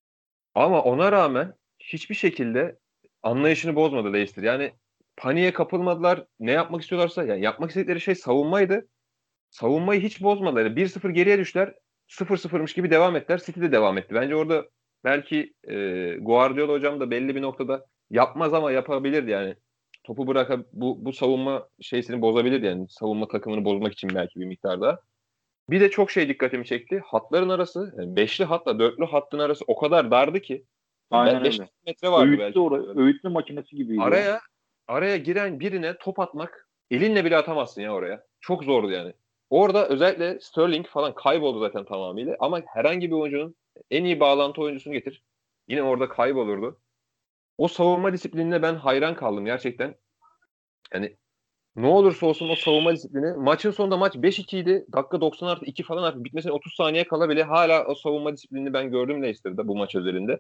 Ama ona rağmen hiçbir şekilde anlayışını bozmadı Leicester. Yani paniğe kapılmadılar. Ne yapmak istiyorlarsa yani yapmak istedikleri şey savunmaydı. Savunmayı hiç bozmadılar. Yani 1-0 geriye düştüler. 0-0'mış gibi devam ettiler. City de devam etti. Bence orada belki Guardiola hocam da belli bir noktada yapmaz ama yapabilirdi yani. Topu bırakıp bu savunma şeysini bozabilirdi yani. Savunma takımını bozmak için belki bir miktarda. Bir de çok şey dikkatimi çekti. Hatların arası, yani beşli hatla dörtlü hattın arası o kadar dardı ki. Aynen 5 öyle. metre vardı Öğütlü, belki. öğütlü makinesi gibiydi ya. Araya giren birine top atmak elinle bile atamazsın ya oraya. Çok zordu yani. Orada özellikle Sterling falan kayboldu zaten tamamıyla. Ama herhangi bir oyuncunun en iyi bağlantı oyuncusunu getir. Yine orada kaybolurdu. O savunma disiplinine ben hayran kaldım gerçekten. Yani ne olursa olsun o savunma disiplini. Maçın sonunda maç 5-2 idi. Dakika 90 artı 2 falan artık bitmesine 30 saniye kala bile hala o savunma disiplinini ben gördüm Leicester'da bu maç özelinde.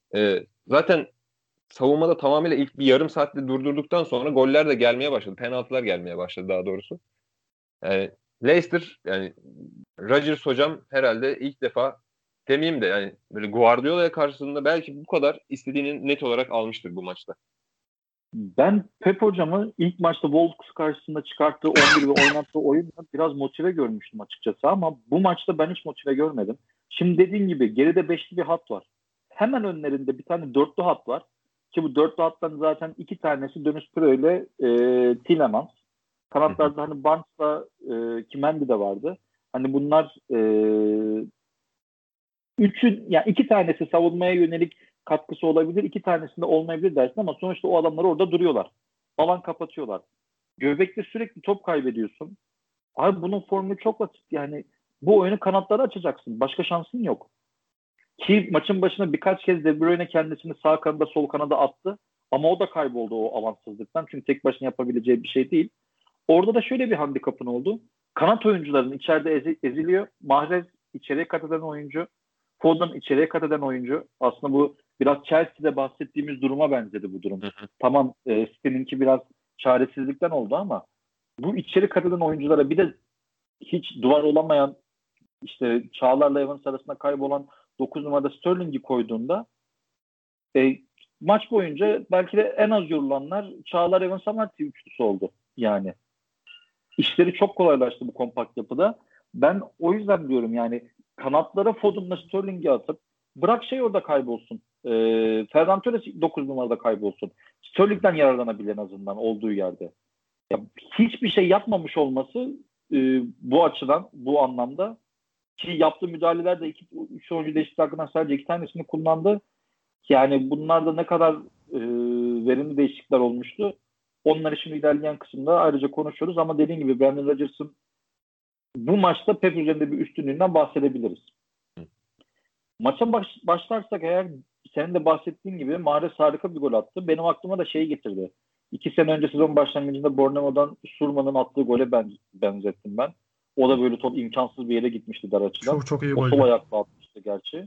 Zaten savunmada tamamıyla ilk bir yarım saatte durdurduktan sonra goller de gelmeye başladı. Penaltılar gelmeye başladı daha doğrusu. Yani Leicester yani Rodgers hocam herhalde ilk defa demeyeyim de yani böyle Guardiola'ya karşısında belki bu kadar istediğini net olarak almıştır bu maçta. Ben Pep hocamı ilk maçta Wolves karşısında çıkarttığı 11 ve oynattığı oyunla biraz motive görmüştüm açıkçası ama bu maçta ben hiç motive görmedim. Şimdi dediğin gibi geride beşli bir hat var. Hemen önlerinde bir tane dörtlü hat var. Ki bu dörtlü hattan zaten iki tanesi Deniz Piro ile Tielemans. Kanatlarda hani Barnes'la Kimendi de vardı. Hani bunlar Yani 2 tanesi savunmaya yönelik katkısı olabilir, 2 tanesinde olmayabilir dersin ama sonuçta o adamlar orada duruyorlar. Alan kapatıyorlar. Göbekte sürekli top kaybediyorsun. Abi bunun formülü çok basit. Yani bu oyunu kanatlara açacaksın. Başka şansın yok. Ki maçın başına birkaç kez De Bruyne kendisini sağ kanada sol kanada attı. Ama o da kayboldu o avansızlıktan. Çünkü tek başına yapabileceği bir şey değil. Orada da şöyle bir handikapın oldu. Kanat oyuncuların içeride eziliyor. Mahrez içeriye kat eden oyuncu. Foden içeriye kat eden oyuncu. Aslında bu biraz Chelsea'de bahsettiğimiz duruma benzedi bu durum. Tamam City'ninki biraz çaresizlikten oldu ama bu içeri kat eden oyunculara bir de hiç duvar olamayan işte Çağlar'la Evans arasında kaybolan 9 numarada Sterling'i koyduğunda maç boyunca belki de en az yorulanlar Çağlar Evans Amartey üçlüsü oldu. Yani işleri çok kolaylaştı bu kompakt yapıda. Ben o yüzden diyorum yani kanatlara Foden'la Sterling'i atıp bırak orada kaybolsun. Ferran Torres 9 numarada kaybolsun. Sterling'den yararlanabilir en azından olduğu yerde. Ya, hiçbir şey yapmamış olması bu açıdan, bu anlamda ki yaptığı müdahalelerde 3 oyuncu değişiklik hakkından sadece 2 tanesini kullandı. Yani bunlarda ne kadar verimli değişiklikler olmuştu. Onları şimdi ilerleyen kısımda ayrıca konuşuyoruz ama dediğim gibi Brandon Rodgers'ın bu maçta Pep üzerinde bir üstünlüğünden bahsedebiliriz. Maça başlarsak eğer senin de bahsettiğin gibi Mahrez harika bir gol attı. Benim aklıma da getirdi. 2 sene önce sezon başlangıcında Bournemouth'dan Surman'ın attığı gole benzettim ben. O da böyle top imkansız bir yere gitmişti dar açıdan. Çok çok iyi o goldü. Sol ayakla atmıştı gerçi.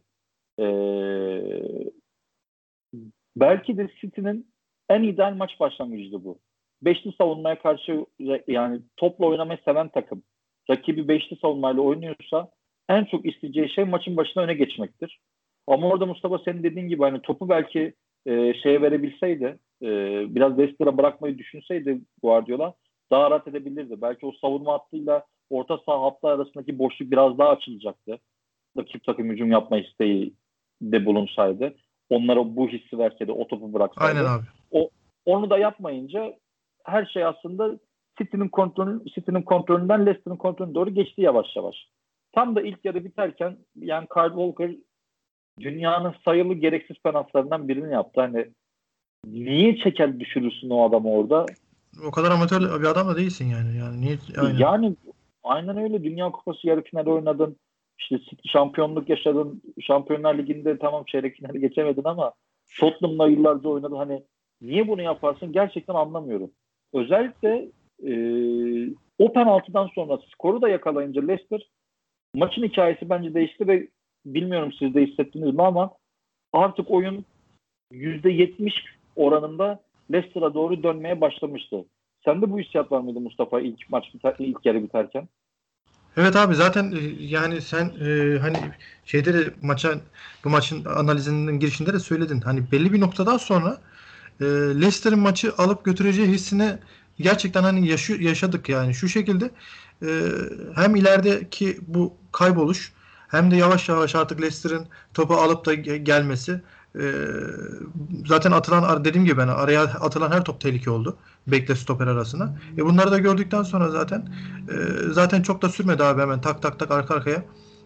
Belki de City'nin en ideal maç başlangıcıydı bu. Beşli savunmaya karşı yani topla oynamayı seven takım rakibi beşli savunmayla oynuyorsa en çok isteyeceği şey maçın başına öne geçmektir. Ama orada Mustafa senin dediğin gibi hani topu belki verebilseydi biraz Leicester'a bırakmayı düşünseydi Guardiola daha rahat edebilirdi. Belki o savunma hattıyla orta saha hattı arasındaki boşluk biraz daha açılacaktı. Rakip takım hücum yapma isteği de bulunsaydı. Onlara bu hissi verseydi, o topu bıraksaydı. Aynen abi. Onu da yapmayınca her şey aslında City'nin kontrolünden Leicester'ın kontrolüne doğru geçti yavaş yavaş. Tam da ilk yarı biterken yani Kyle Walker dünyanın sayılı gereksiz penaltılarından birini yaptı. Hani niye çeker düşürürsün o adamı orada? O kadar amatör bir adam da değilsin yani. Yani niye? Aynen. Yani aynen öyle. Dünya Kupası yarı finali oynadın. İşte şampiyonluk yaşadın. Şampiyonlar Ligi'nde tamam çeyrek finali geçemedin ama Tottenham'la yıllarca oynadın. Hani niye bunu yaparsın? Gerçekten anlamıyorum. Özellikle o penaltıdan sonra skoru da yakalayınca Leicester maçın hikayesi bence değişti ve bilmiyorum siz de hissettiniz mi ama artık oyun %70 oranında Leicester'a doğru dönmeye başlamıştı. Sende bu hissiyat var mıydı Mustafa ilk yarı biterken? Evet abi zaten yani sen hani şeyde de bu maçın analizinin girişinde de söyledin. Hani belli bir noktadan sonra Leicester'ın maçı alıp götüreceği hissini gerçekten hani yaşadık yani şu şekilde hem ilerideki bu kayboluş hem de yavaş yavaş artık Leicester'ın topu alıp da gelmesi zaten dediğim gibi ben araya atılan her top tehlike oldu. Bekle stoper arasına. Bunları da gördükten sonra zaten çok da sürmedi abi hemen tak tak tak arka arkaya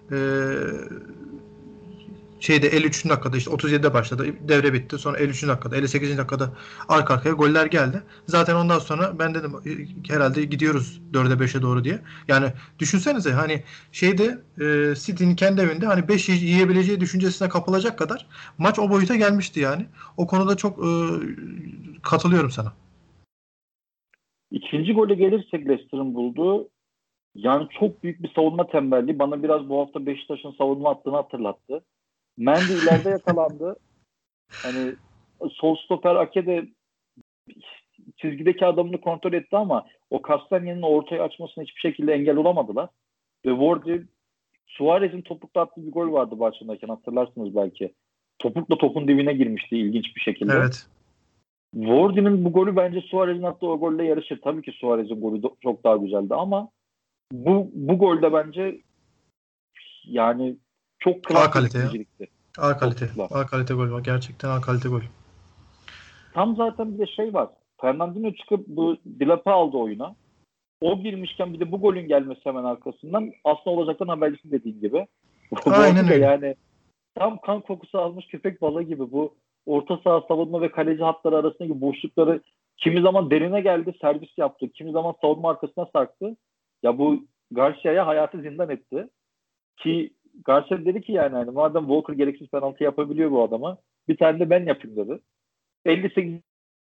53. dakikada işte 37'de başladı. Devre bitti. Sonra 53. dakikada, 58. dakikada arka arkaya goller geldi. Zaten ondan sonra ben dedim herhalde gidiyoruz 4'e 5'e doğru diye. Yani düşünsenize hani City'nin kendi evinde hani 5 yiyebileceği düşüncesine kapılacak kadar maç o boyuta gelmişti yani. O konuda çok katılıyorum sana. İkinci gole gelirsek Leicester'ın bulduğu yani çok büyük bir savunma tembelliği. Bana biraz bu hafta Beşiktaş'ın savunma hattını hatırlattı. Mendy ileride yakalandı. Hani sol stoper Ake de çizgideki adamını kontrol etti ama o Castagnet'in ortaya açmasına hiçbir şekilde engel olamadılar. Ve Wardy Suarez'in topukla attığı bir gol vardı başındayken hatırlarsınız belki. Topukla topun dibine girmişti ilginç bir şekilde. Evet. Wardy'nin bu golü bence Suarez'in attığı o golle yarışır. Tabii ki Suarez'in golü çok daha güzeldi ama bu golde bence yani çok klas bir bitiricilikti. A kalite gol var. Gerçekten A kalite gol. Tam zaten bir de var. Fernandinho çıkıp bu Dilap'ı aldı oyuna. O girmişken bir de bu golün gelmesi hemen arkasından aslında olacaktan habercisi dediğim gibi. Aynen öyle. Yani tam kan kokusu almış köpek balığı gibi bu orta saha savunma ve kaleci hatları arasındaki boşlukları kimi zaman derine geldi, servis yaptı. Kimi zaman savunma arkasına sarktı. Ya bu Garcia'ya hayatı zindan etti. Ki Garcia dedi ki yani hani madem Walker gereksiz penaltı yapabiliyor bu adama bir tane de ben yapayım dedi. 58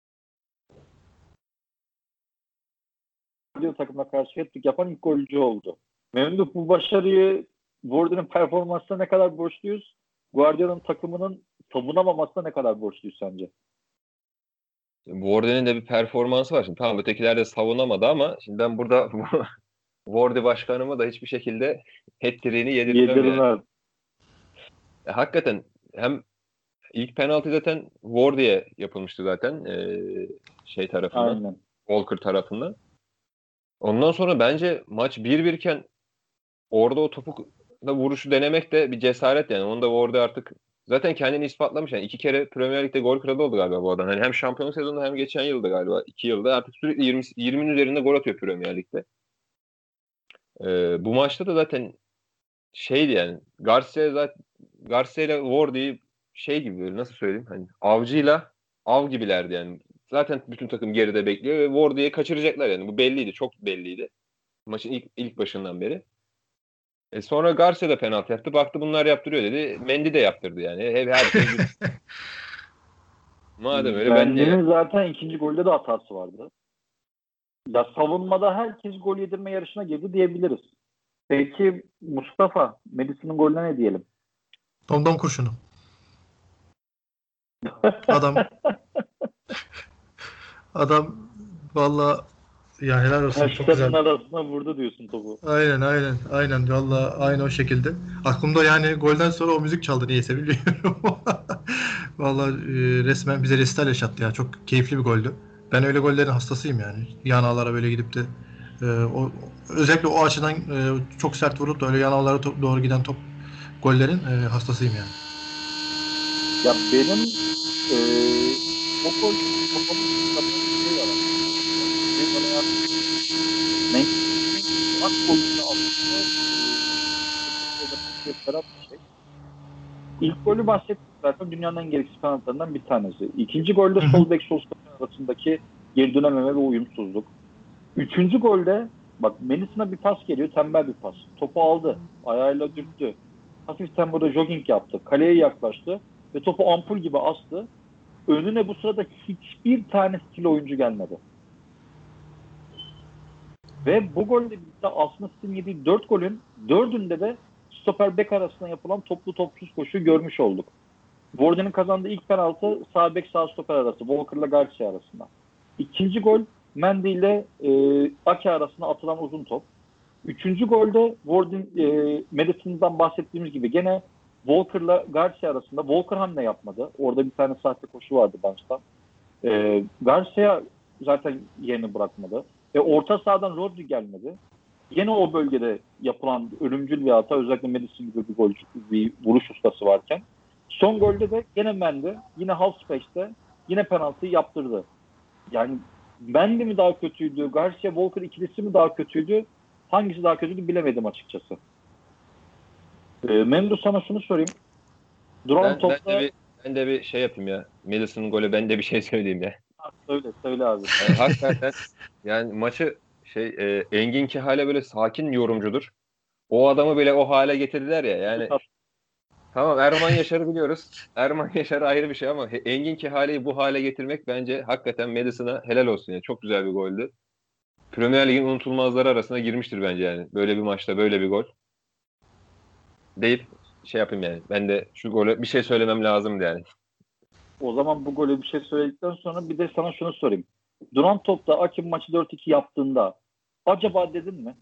takımına karşı hat-trick yapan ilk golcü oldu. Memduh bu başarıyı Warden'ın performansına ne kadar borçluyuz? Guardiola'nın takımının savunamamasına ne kadar borçluyuz sence? Warden'in de bir performansı var. Şimdi tamam ötekiler de savunamadı ama şimdi ben burada Wardy başkanıma da hiçbir şekilde hat-trick'ini yedirtmem yani. Yedirin. Hakikaten hem ilk penaltı zaten Wardy'ye yapılmıştı zaten şey tarafından. Aynen. Walker tarafından. Ondan sonra bence maç 1-1 iken orada o topu da vuruşu denemek de bir cesaret yani. Onu da Wardy artık zaten kendini ispatlamış. Yani 2 kere Premier Lig'de gol kralı oldu galiba bu adam. Hani hem şampiyonluk sezonunda hem geçen yılda galiba 2 yılda artık sürekli 20'nin üzerinde gol atıyor Premier Lig'de. Bu maçta da zaten şeydi yani Garcia ile Wardy'yi şey gibi böyle nasıl söyleyeyim hani avcıyla av gibilerdi yani. Zaten bütün takım geride bekliyor ve Wardy'yi kaçıracaklar yani. Bu belliydi. Çok belliydi. Maçın ilk başından beri. Sonra Garcia da penaltı yaptı. Baktı bunlar yaptırıyor dedi. Mendy de yaptırdı yani. Herkes madem öyle ben de Mendy'nin zaten ikinci golde de hatası vardı. Ya savunmada herkes gol yedirme yarışına girdi diyebiliriz. Peki Mustafa, Madison'ın golüne ne diyelim? Domdom kurşunu. Adam adam valla ya helal olsun çok güzel. Taşların arasına vurdu diyorsun topu. Aynen valla aynı o şekilde. Aklımda yani golden sonra o müzik çaldı niyeyse bilmiyorum. Valla resmen bize resital yaşattı ya. Çok keyifli bir goldü. Ben öyle gollerin hastasıyım yani. Yan ağlara böyle gidip de özellikle o açıdan çok sert vurup da öyle yan ağlara doğru giden gollerin hastasıyım yani. Ya benim o gol kafamın bir şey var. Benim bana Manchester'ın at golünü alması gösteren bir şey. İlk golü bahsettik zaten dünyanın en gereksiz penaltılarından bir tanesi. İkinci golde sol bek sol stoper arasındaki geri dönememe ve uyumsuzluk. Üçüncü golde bak Madison'a bir pas geliyor. Tembel bir pas. Topu aldı. Ayağıyla dürttü. Hafif tempoda jogging yaptı. Kaleye yaklaştı. Ve topu ampul gibi astı. Önüne bu sırada hiçbir tane stil oyuncu gelmedi. Ve bu golle birlikte aslında City'nin yediği 4 golün 4'ünde de stoper bek arasında yapılan toplu topsuz koşu görmüş olduk. Warden'in kazandığı ilk penaltı sağ bek sağ stoper arası. Walker'la Garcia arasında. İkinci gol Mendy ile Ake arasında atılan uzun top. Üçüncü golde Warden Madison'dan bahsettiğimiz gibi gene Walker'la Garcia arasında Walker hamle yapmadı. Orada bir tane sahte koşu vardı bench'ten. Garcia zaten yerini bırakmadı. Orta sahadan Rodri gelmedi. Yine o bölgede yapılan ölümcül bir hata özellikle Madison gibi bir vuruş ustası varken. Son golde de yine Mendy yine half space'te yine penaltıyı yaptırdı. Yani Mendy mi daha kötüydü? Garcia Walker ikilisi mi daha kötüydü? Hangisi daha kötüydü bilemedim açıkçası. Memdu sana şunu sorayım. Duran topta... Ben de bir şey yapayım ya. Madison'ın golü ben de bir şey söyleyeyim ya. Söyle abi. Yani hakikaten yani maçı Engin Kehale böyle sakin yorumcudur. O adamı bile o hale getirdiler ya. Yani tamam Erman Yaşar'ı biliyoruz. Erman Yaşar ayrı bir şey ama Engin Kehale'yi bu hale getirmek bence hakikaten Madison'a helal olsun. Yani çok güzel bir goldü. Premier Lig'in unutulmazları arasına girmiştir bence yani. Böyle bir maçta böyle bir gol. Deyip şey yapayım yani. Ben de şu golü bir şey söylemem lazımdı yani. O zaman bu golü bir şey söyledikten sonra bir de sana şunu sorayım. Duran topta Akim maçı 4-2 yaptığında acaba dedin mi?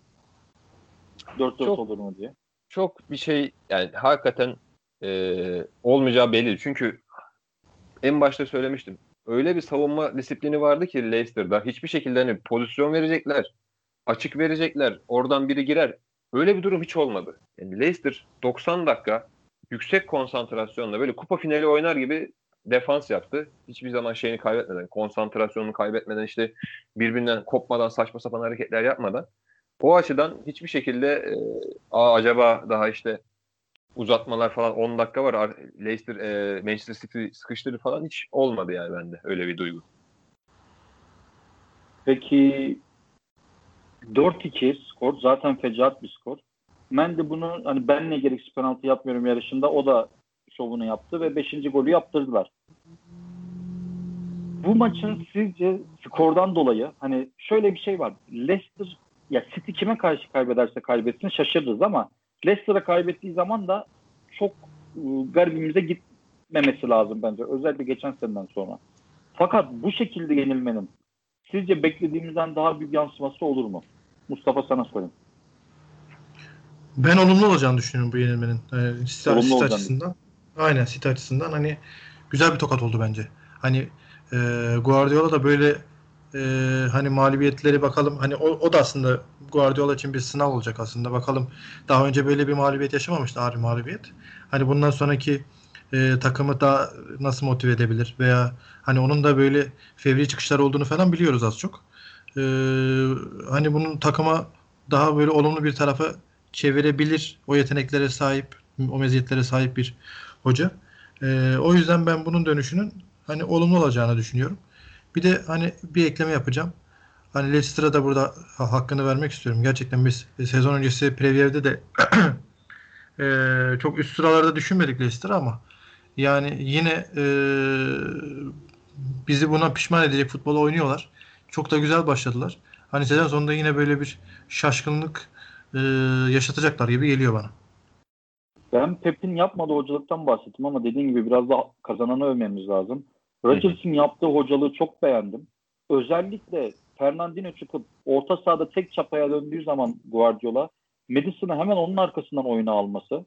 4-4 olur mu diye. Çok bir şey yani hakikaten olmayacağı belli. Çünkü en başta söylemiştim. Öyle bir savunma disiplini vardı ki Leicester'da. Hiçbir şekilde hani pozisyon verecekler. Açık verecekler. Oradan biri girer. Öyle bir durum hiç olmadı. Yani Leicester 90 dakika yüksek konsantrasyonla böyle kupa finali oynar gibi defans yaptı. Hiçbir zaman şeyini kaybetmeden, konsantrasyonunu kaybetmeden işte birbirinden kopmadan saçma sapan hareketler yapmadan. O açıdan hiçbir şekilde acaba daha işte uzatmalar falan 10 dakika var. Leicester Manchester City sıkıştırır falan hiç olmadı yani bende öyle bir duygu. Peki 4-2 skor zaten fecaat bir skor. Mendy bunu hani ben ne gereksiz penaltı yapmıyorum yarışında o da şovunu yaptı ve 5. golü yaptırdılar. Bu maçın sizce skordan dolayı hani şöyle bir şey var. Leicester ya City kime karşı kaybederse kaybetsin şaşırırız ama Leicester'a kaybettiği zaman da çok garibimize gitmemesi lazım bence. Özellikle geçen seneden sonra. Fakat bu şekilde yenilmenin sizce beklediğimizden daha büyük yansıması olur mu? Mustafa sana sorayım. Ben olumlu olacağını düşünüyorum bu yenilmenin. Olumlu City olacağını açısından. Aynen City açısından hani güzel bir tokat oldu bence. Hani e, Guardiola da böyle hani mağlubiyetleri bakalım hani o da aslında Guardiola için bir sınav olacak aslında. Bakalım daha önce böyle bir mağlubiyet yaşamamıştı, ağır bir mağlubiyet. Hani bundan sonraki takımı daha nasıl motive edebilir veya hani onun da böyle fevri çıkışlar olduğunu falan biliyoruz az çok. E, Hani bunun takıma daha böyle olumlu bir tarafa çevirebilir, o yeteneklere sahip, o meziyetlere sahip bir hoca. O yüzden ben bunun dönüşünün hani olumlu olacağını düşünüyorum. Bir de hani bir ekleme yapacağım. Hani Leicester'a da burada hakkını vermek istiyorum. Gerçekten biz sezon öncesi Preview'de de çok üst sıralarda düşünmedik Leicester'ı ama yani yine bizi buna pişman edecek futbolu oynuyorlar. Çok da güzel başladılar. Hani sezon sonunda yine böyle bir şaşkınlık e, yaşatacaklar gibi geliyor bana. Ben Pep'in yapmadığı hocalıktan bahsettim ama dediğin gibi biraz da kazananı övmemiz lazım. Rodgers'ın yaptığı hocalığı çok beğendim. Özellikle Fernandinho çıkıp orta sahada tek çapaya döndüğü zaman Guardiola, Madison'ı hemen onun arkasından oyuna alması.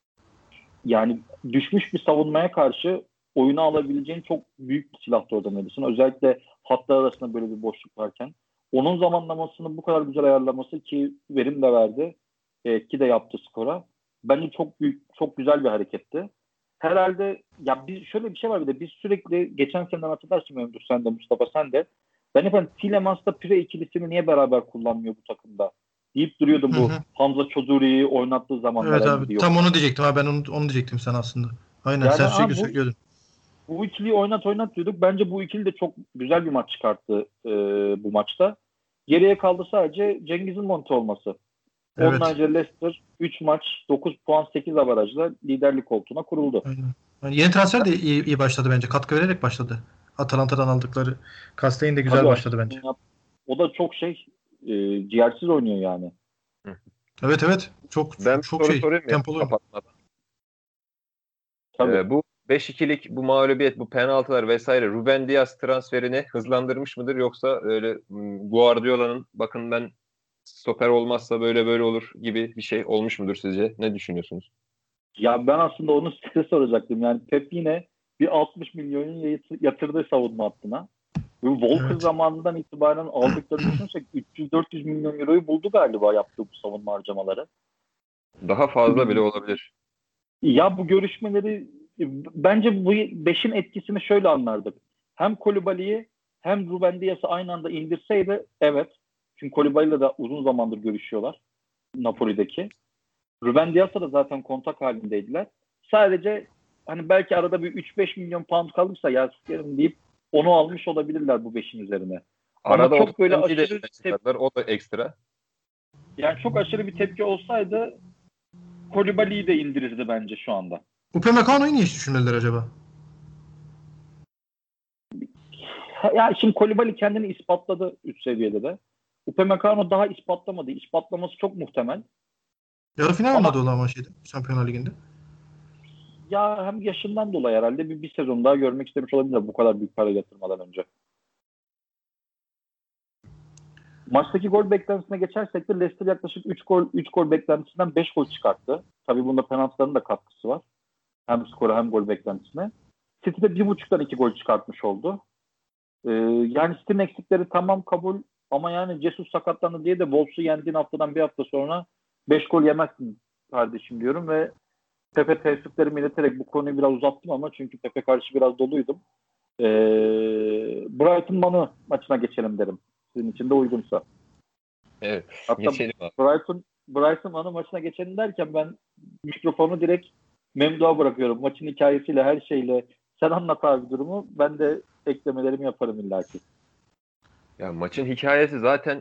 Yani düşmüş bir savunmaya karşı oyunu alabileceğin çok büyük bir silahtı orada Madison. Özellikle hatlar arasında böyle bir boşluk varken. Onun zamanlamasını bu kadar güzel ayarlaması ki verim de verdi. Etki de yaptı skora. Bence çok büyük, çok güzel bir hareketti. Herhalde ya biz şöyle bir şey var bir de biz sürekli geçen seneden hatırlarsın Memduh sen de Mustafa sen de. Ben efendim Tielemans'la Pire ikilisini niye beraber kullanmıyor bu takımda? Deyip duruyordum Hı bu hı. Hamza Çozuri'yi oynattığı zamanlar Evet elinde abi. yok. Tam onu diyecektim. Ha, ben onu diyecektim sana aslında. Aynen. Yani Sen sürekli bu söylüyordun. bu ikiliyi oynat diyorduk. Bence bu ikili de çok güzel bir maç çıkarttı bu maçta. Geriye kaldı sadece Cengiz'in monte olması. Onun Evet. önce Leicester 3 maç 9 puan 8 avarajla liderlik koltuğuna kuruldu. Aynen. Yani yeni transfer de iyi başladı bence. Katkı vererek başladı. Atalanta'dan aldıkları Castellin de güzel Tabii başladı bence. o da çok ciğersiz oynuyor yani. Hı. Evet evet. Çok Ben bir çok soru şey. sorayım mı ya Tempolu oyun. kapatmadan? Tabii. Bu 5-2'lik bu mağlubiyet, bu penaltılar vesaire Ruben Dias transferini hızlandırmış mıdır yoksa öyle Guardiola'nın bakın ben stoper olmazsa böyle böyle olur gibi bir şey olmuş mudur sizce? Ne düşünüyorsunuz? Ya ben aslında onu size soracaktım. Yani Pep yine bir 60 milyonun yatırdığı savunma hattına. Bu Walker Evet. zamanından itibaren aldıklarını düşünürsek 300-400 milyon euroyu buldu galiba yaptığı bu savunma harcamaları. Daha fazla bile olabilir. Ya bu görüşmeleri bence bu beşin etkisini şöyle anlardık. Hem Koulibaly'yi hem Ruben Dias'ı aynı anda indirseydi evet. Çünkü Koulibaly'yle de uzun zamandır görüşüyorlar Napoli'deki. Ruben Dias'la da zaten kontak halindeydiler. Sadece hani belki arada bir 3-5 milyon pound kalırsa ya sikerim deyip onu almış olabilirler bu beşin üzerine. Ama Arada çok böyle Otamendi'yi de aşırı elden çıkardılar. O da ekstra. yani çok aşırı bir tepki olsaydı Koulibaly'yi de indirirdi bence şu anda. Upamecano'yu niye hiç düşünmediler acaba? Ya şimdi Koulibaly kendini ispatladı üst seviyede de. Upamecano daha ispatlamadı. İspatlaması çok muhtemel. Yarı final Ama oynadı o ama şeyde. Şampiyonlar Ligi'nde. ya hem yaşından dolayı herhalde bir sezon daha görmek istemiş olabilir bu kadar büyük para yatırmadan önce. Maçtaki gol beklentisine geçersek de Leicester yaklaşık 3 gol beklentisinden 5 gol çıkarttı. Tabii bunda penaltıların da katkısı var. Hem skora hem gol beklentisine. City de 1.5'tan 2 gol çıkartmış oldu. Yani City'nin eksikleri tamam kabul ama yani Jesus sakatlandı diye de Wolves'u yendiğin haftadan bir hafta sonra 5 gol yemezsin kardeşim diyorum ve Pepe teessüflerimi ileterek bu konuyu biraz uzattım ama çünkü Pepe karşı biraz doluydum. Brighton maçına geçelim derim. Sizin için de uygunsa. Evet. Hatta Geçelim abi. Brighton Bryson Man'ın maçına geçelim derken ben mikrofonu direkt Memduh'a bırakıyorum. Maçın hikayesiyle, her şeyle. Sen anlat abi durumu. Ben de eklemelerimi yaparım illaki. Ya maçın hikayesi zaten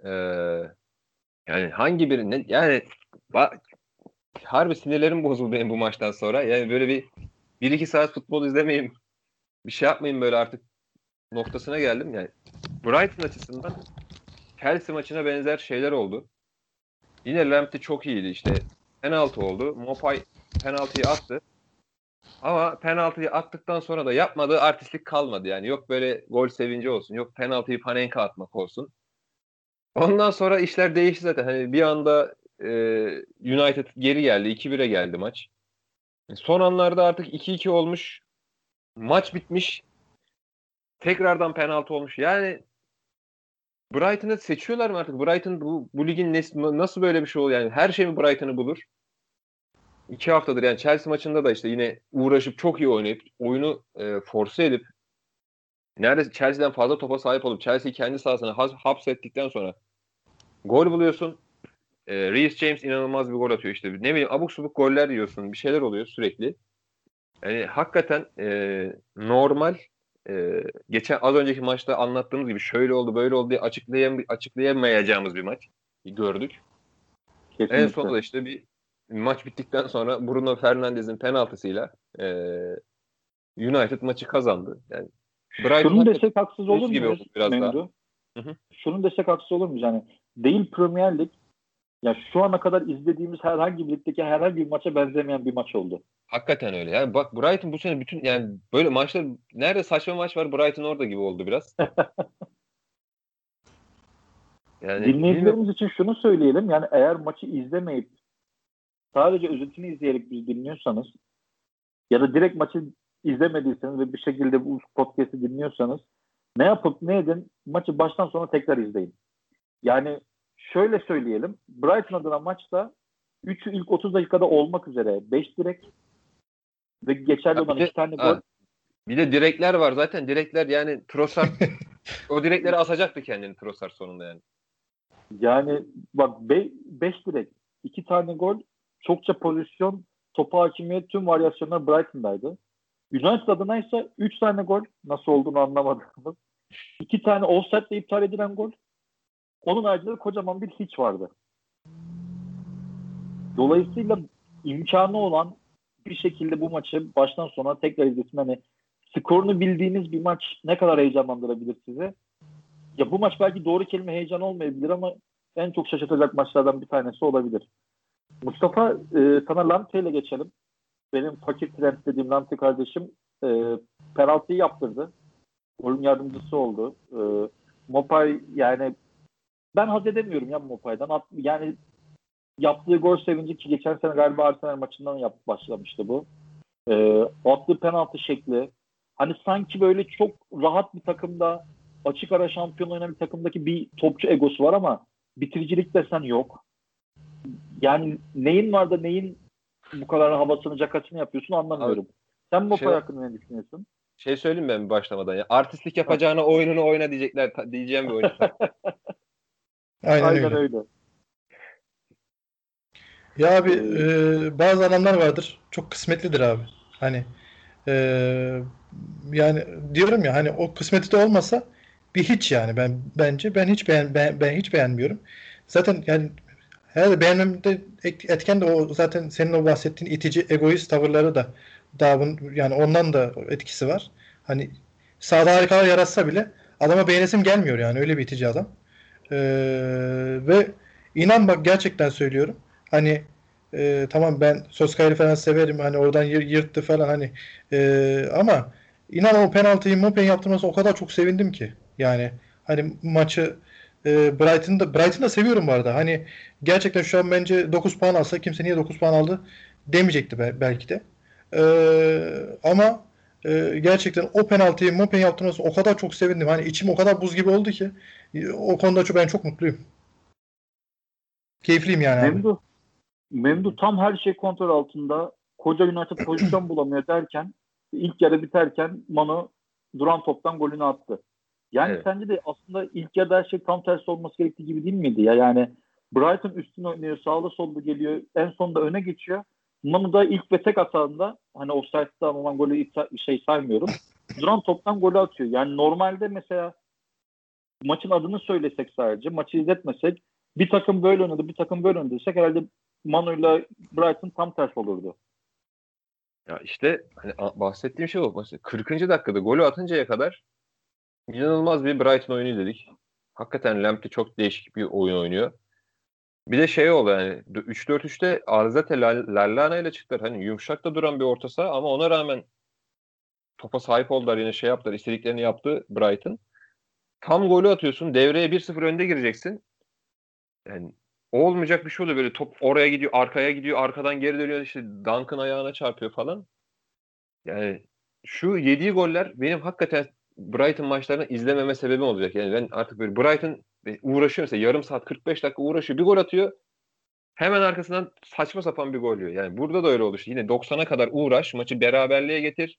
yani hangi birinin yani harbi sinirlerim bozuldu benim bu maçtan sonra. Yani böyle bir iki saat futbol izlemeyeyim, bir şey yapmayayım böyle artık noktasına geldim. Yani Brighton açısından Chelsea maçına benzer şeyler oldu. Yine Lamptey çok iyiydi işte. Penaltı oldu. Mopay penaltıyı attı. Ama penaltıyı attıktan sonra da yapmadığı artistlik kalmadı yani. Yok böyle gol sevinci olsun. Yok penaltıyı Panenka atmak olsun. Ondan sonra işler değişti zaten. Hani bir anda United geri geldi. 2-1'e geldi maç. Son anlarda artık 2-2 olmuş. Maç bitmiş. Tekrardan penaltı olmuş. Yani Brighton'ı seçiyorlar mı artık? Brighton bu ligin nasıl böyle bir şey oluyor? Yani her şey mi Brighton'ı bulur? 2 haftadır yani Chelsea maçında da işte yine uğraşıp çok iyi oynayıp oyunu force edip neredeyse Chelsea'den fazla topa sahip olup Chelsea'yi kendi sahasına hapsettikten sonra gol buluyorsun. Reece James inanılmaz bir gol atıyor işte. Ne bileyim abuk subuk goller yiyorsun. Bir şeyler oluyor sürekli. Yani hakikaten normal geçen az önceki maçta anlattığımız gibi şöyle oldu böyle oldu diye açıklayamayacağımız bir maç gördük. Kesinlikle. En sonunda işte bir maç bittikten sonra Bruno Fernandes'in penaltısıyla United maçı kazandı. Yani Şunu desek haksız olur gibi muyuz oldu biraz Memdu? daha. Şunu desek haksız olur muyuz? Yani değil Premier Lig, ya şu ana kadar izlediğimiz herhangi bir ligdeki herhangi bir maça benzemeyen bir maç oldu. Hakikaten öyle. Yani bak Brighton bu sene bütün yani böyle maçlar nerede saçma maç var Brighton orada gibi oldu biraz. Yani bilmiyorum. Dinleyicilerimiz için şunu söyleyelim. Yani eğer maçı izlemeyip sadece özetini izleyerek bizi dinliyorsanız ya da direkt maçı izlemediyseniz ve bir şekilde bu podcast'i dinliyorsanız ne yapıp ne edin maçı baştan sona tekrar izleyin. Yani şöyle söyleyelim. Brighton adına maçta 3'ü ilk 30 dakikada olmak üzere 5 direk ve geçerli olan 2 tane gol. Bir de direkler var zaten. Direkler yani Trossard o direkleri asacaktı kendini Trossard sonunda yani. Yani bak 5 direk, 2 tane gol, çokça pozisyon, topa hakimiyet, tüm varyasyonlar Brighton'daydı. United adına ise 3 tane gol, nasıl olduğunu anlamadığımız. 2 tane offside'le iptal edilen gol. Onun haricinde kocaman bir hiç vardı. Dolayısıyla imkanı olan bir şekilde bu maçı baştan sona tekrar izlesin. Hani skorunu bildiğiniz bir maç ne kadar heyecanlandırabilir size? Ya bu maç belki doğru kelime heyecan olmayabilir ama en çok şaşırtacak maçlardan bir tanesi olabilir. Mustafa, sana Lamptey ile geçelim. Benim fakir Trent dediğim Lamptey kardeşim penaltıyı yaptırdı. Golün yardımcısı oldu. Mopay, yani ben haz edemiyorum ya Mopay'dan. Yani yaptığı gol sevinci, ki geçen sene galiba Arsenal maçından başlamıştı bu. Attığı penaltı şekli. Hani sanki böyle çok rahat bir takımda, açık ara şampiyon oynayan bir takımdaki bir topçu egosu var ama bitiricilik desen yok. Yani neyin var da neyin bu kadar havasını, cakasını yapıyorsun anlamıyorum. Sen Mopay hakkında ne düşünüyorsun? Şey söyleyeyim ben başlamadan ya. Artistlik yapacağına oyununu oyna diyeceğim bir oyuncu. Aynen öyle. Ya abi bazı adamlar vardır. Çok kısmetlidir abi. Hani e, yani diyorum ya hani o kısmeti de olmasa bir hiç yani bence ben hiç ben hiç beğenmiyorum. Zaten yani herhalde beğenmemde etken de o zaten senin o bahsettiğin itici, egoist tavırları da daha yani ondan da etkisi var. Hani sahada harikalar yaratsa bile adama beğenesim gelmiyor yani öyle bir itici adam. Ve inan bak gerçekten söylüyorum. Hani tamam ben Soskay'ı falan severim. Hani oradan yırttı falan hani ama inan o penaltıyı Mopé'nin yaptırması o kadar çok sevindim ki. Yani hani maçı Brighton'da seviyorum bu arada. Hani gerçekten şu an bence 9 puan alsa kimse niye 9 puan aldı demeyecekti belki de. Ama gerçekten o penaltıyı Mopé'nin yaptırması o kadar çok sevindim. Hani içim o kadar buz gibi oldu ki o konuda ben çok mutluyum. Keyifliyim yani abi. Memdu tam her şey kontrol altında. Koca United pozisyon bulamıyor derken ilk yarı biterken Manu duran toptan golünü attı. Yani Evet. sence de aslında ilk yarıda her şey tam tersi olması gerektiği gibi değil miydi ya? Yani Brighton üstüne oynuyor. Sağda solda geliyor. En sonunda öne geçiyor. Manu da ilk ve tek atağında hani offside'dan olan golü saymıyorum. Duran toptan golü atıyor. Yani normalde mesela maçın adını söylesek sadece, maçı izletmesek bir takım böyle oynadı, bir takım böyle oynadı desek herhalde Manu'yla Brighton tam ters olurdu. Ya işte hani bahsettiğim şey o. 40. dakikada golü atıncaya kadar inanılmaz bir Brighton oyunu izledik. Hakikaten Lamptey çok değişik bir oyun oynuyor. Bir de şey oldu yani 3-4-3'te Arzate Lallana ile çıktılar. Hani yumuşak da duran bir orta saha ama ona rağmen topa sahip oldular, yine şey yaptılar, istediklerini yaptı Brighton. Tam golü atıyorsun, devreye 1-0 önde gireceksin. Yani olmayacak bir şey oluyor, böyle top oraya gidiyor, arkaya gidiyor, arkadan geri dönüyor, işte Dunk'ın ayağına çarpıyor falan. Yani şu yediği goller benim hakikaten Brighton maçlarını izlememe sebebim olacak. Yani ben artık böyle Brighton uğraşıyor mesela, yarım saat 45 dakika uğraşıyor, bir gol atıyor. Hemen arkasından saçma sapan bir gol yiyor. Yani burada da öyle oldu. Yine 90'a kadar uğraş, maçı beraberliğe getir.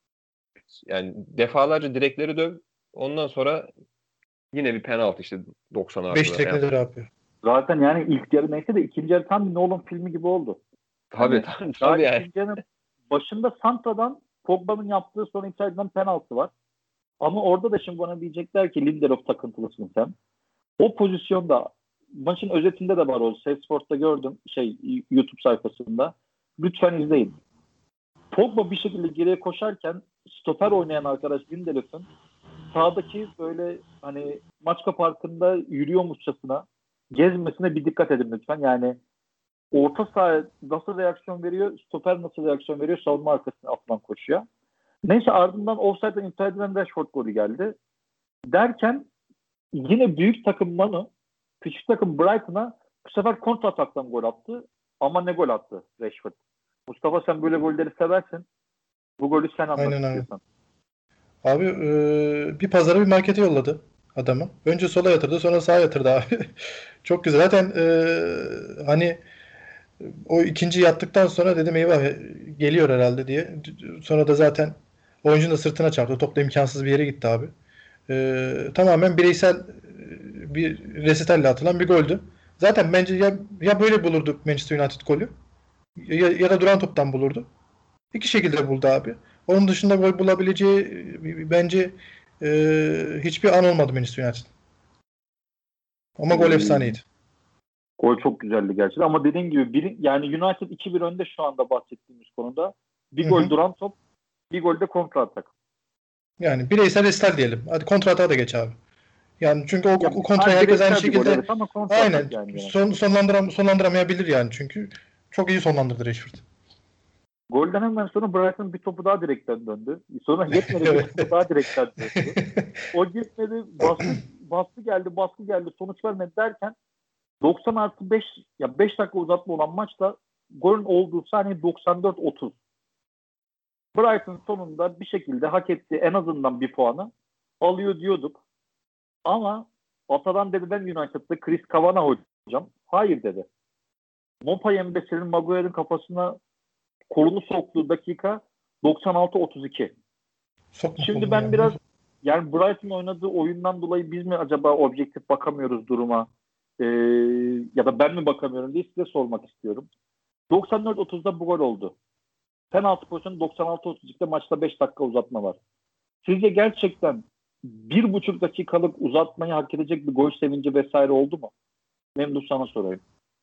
Yani defalarca direkleri döv. Ondan sonra yine bir penaltı işte 90 5 artıda. direkt Yani, nedir abi? Zaten yani ilk yarı neyse de ikinci yarı tam bir Nolan filmi gibi oldu. tabii Hani tabii, daha tabii yani. ikinci yarının başında Santra'dan Pogba'nın yaptığı sonra iptal edilen penaltı var. Ama orada da şimdi bana diyecekler ki Lindelof takıntılısın sen. O pozisyonda maçın özetinde de var o. Seysport'ta gördüm YouTube sayfasında. Lütfen izleyin. Pogba bir şekilde geriye koşarken stoper oynayan arkadaş Lindelof'un sağdaki böyle hani Maçka Parkı'nda yürüyormuşçasına gezmesine bir dikkat edin lütfen. Yani orta saha nasıl reaksiyon veriyor, stoper nasıl reaksiyon veriyor, savunma arkasına atılan koşuyor. Neyse ardından offside'den iptal edilen Rashford golü geldi. Derken yine büyük takım Manu, küçük takım Brighton'a bu sefer kontra ataktan gol attı. Ama ne gol attı Rashford. Mustafa sen böyle golleri seversin. Bu golü sen anlat Aynen abi. istiyorsan. Abi bir pazara bir markete yolladı adamı. Önce sola yatırdı, sonra sağa yatırdı abi. Çok güzel. Zaten hani o ikinci yattıktan sonra dedim eyvah geliyor herhalde diye. Sonra da zaten oyuncunun da sırtına çarptı. Top da imkansız bir yere gitti abi. Tamamen bireysel bir resitalle atılan bir goldü. Zaten bence ya böyle bulurdu Manchester United golü ya da duran toptan bulurdu. İki şekilde buldu abi. Onun dışında gol bulabileceği bence hiçbir an olmadı Manchester United. Ama gol efsaneydi. Gol çok güzeldi gerçekten. Ama dediğim gibi yani United 2-1 önde şu anda bahsettiğimiz konuda. Bir Hı gol hı. duran top, bir gol de kontra atak. Yani bireysel estel diyelim. Hadi kontra atağa da geç abi. Yani çünkü Ya o kontrayı herkes aynı bireysel bir gol şekilde evet ama kontra aynen atak yani. sonlandıramayabilir yani çünkü çok iyi sonlandırdı Rashford. Golden hemen sonra Brighton bir topu daha direkten döndü. Sonra yetmedi bir topu daha direkten döndü. O gitmedi. Baskı geldi. Sonuç vermedi derken 90+5 ya 5 dakika uzatma olan maçta golün olduğu saniye 94-30. Brighton sonunda bir şekilde hak etti en azından bir puanı alıyor diyorduk. Ama atadan dedi ben United'da Chris Kavanagh hocam. Hayır dedi. Mopa Embessel'in Maguire'in kafasına kolunu soktuğu dakika 96-32. Sokma Şimdi kolunu ben yani. biraz yani Brighton oynadığı oyundan dolayı biz mi acaba objektif bakamıyoruz duruma? Ya da ben mi bakamıyorum diye size sormak istiyorum. 94-30'da bu gol oldu. Penaltı pozisyonu 96-32'de maçta 5 dakika uzatma var. Sizce gerçekten 1,5 dakikalık uzatmayı hak edecek bir gol sevinci vesaire oldu mu? Memduh sana sorayım.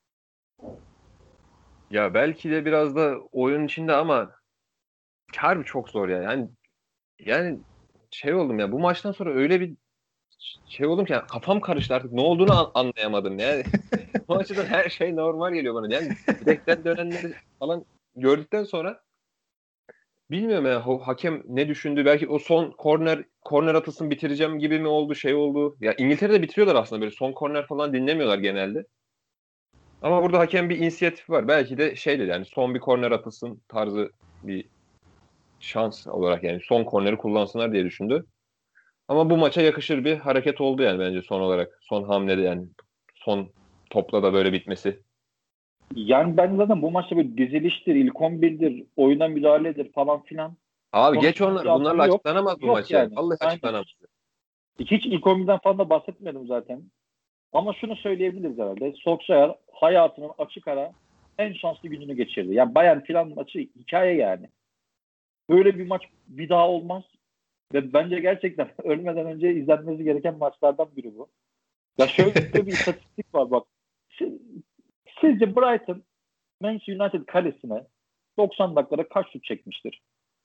Ya belki de biraz da oyun içinde ama harbi çok zor ya. Yani şey oldum ya, bu maçtan sonra öyle bir şey oldum ki yani kafam karıştı, artık ne olduğunu anlayamadım yani. Bu açıdan her şey normal geliyor bana. Yani direkten dönenleri falan gördükten sonra bilmiyorum ya, hakem ne düşündü? Belki o son korner atılsın bitireceğim gibi mi oldu, şey oldu. Ya İngiltere'de bitiriyorlar aslında, böyle son korner falan dinlemiyorlar genelde. Ama burada hakem bir inisiyatif var. Belki de şey dedi yani, son bir korner atılsın tarzı bir şans olarak, yani son korneri kullansınlar diye düşündü. Ama bu maça yakışır bir hareket oldu yani bence son olarak. Son hamlede yani. Son topla da böyle bitmesi. Yani ben zaten bu maçta bir diziliştir, ilk 11'dir, oyuna müdahaledir falan filan Abi geç konuşmanın bir onları. Bunlarla anlamı yok. açıklanamaz bu Yok maç yani. yani. Vallahi Aynen. açıklanamaz. Hiç ilk 11'den falan da bahsetmedim zaten. Ama şunu söyleyebiliriz herhalde. Solskjaer hayatının açık ara en şanslı gününü geçirdi. Yani Bayern plan maçı hikaye yani. Böyle bir maç bir daha olmaz. Ve bence gerçekten ölmeden önce izlenmesi gereken maçlardan biri bu. Ya şöyle bir istatistik var bak. Sizce Brighton Manchester United kalesine 90 dakikada kaç şut çekmiştir?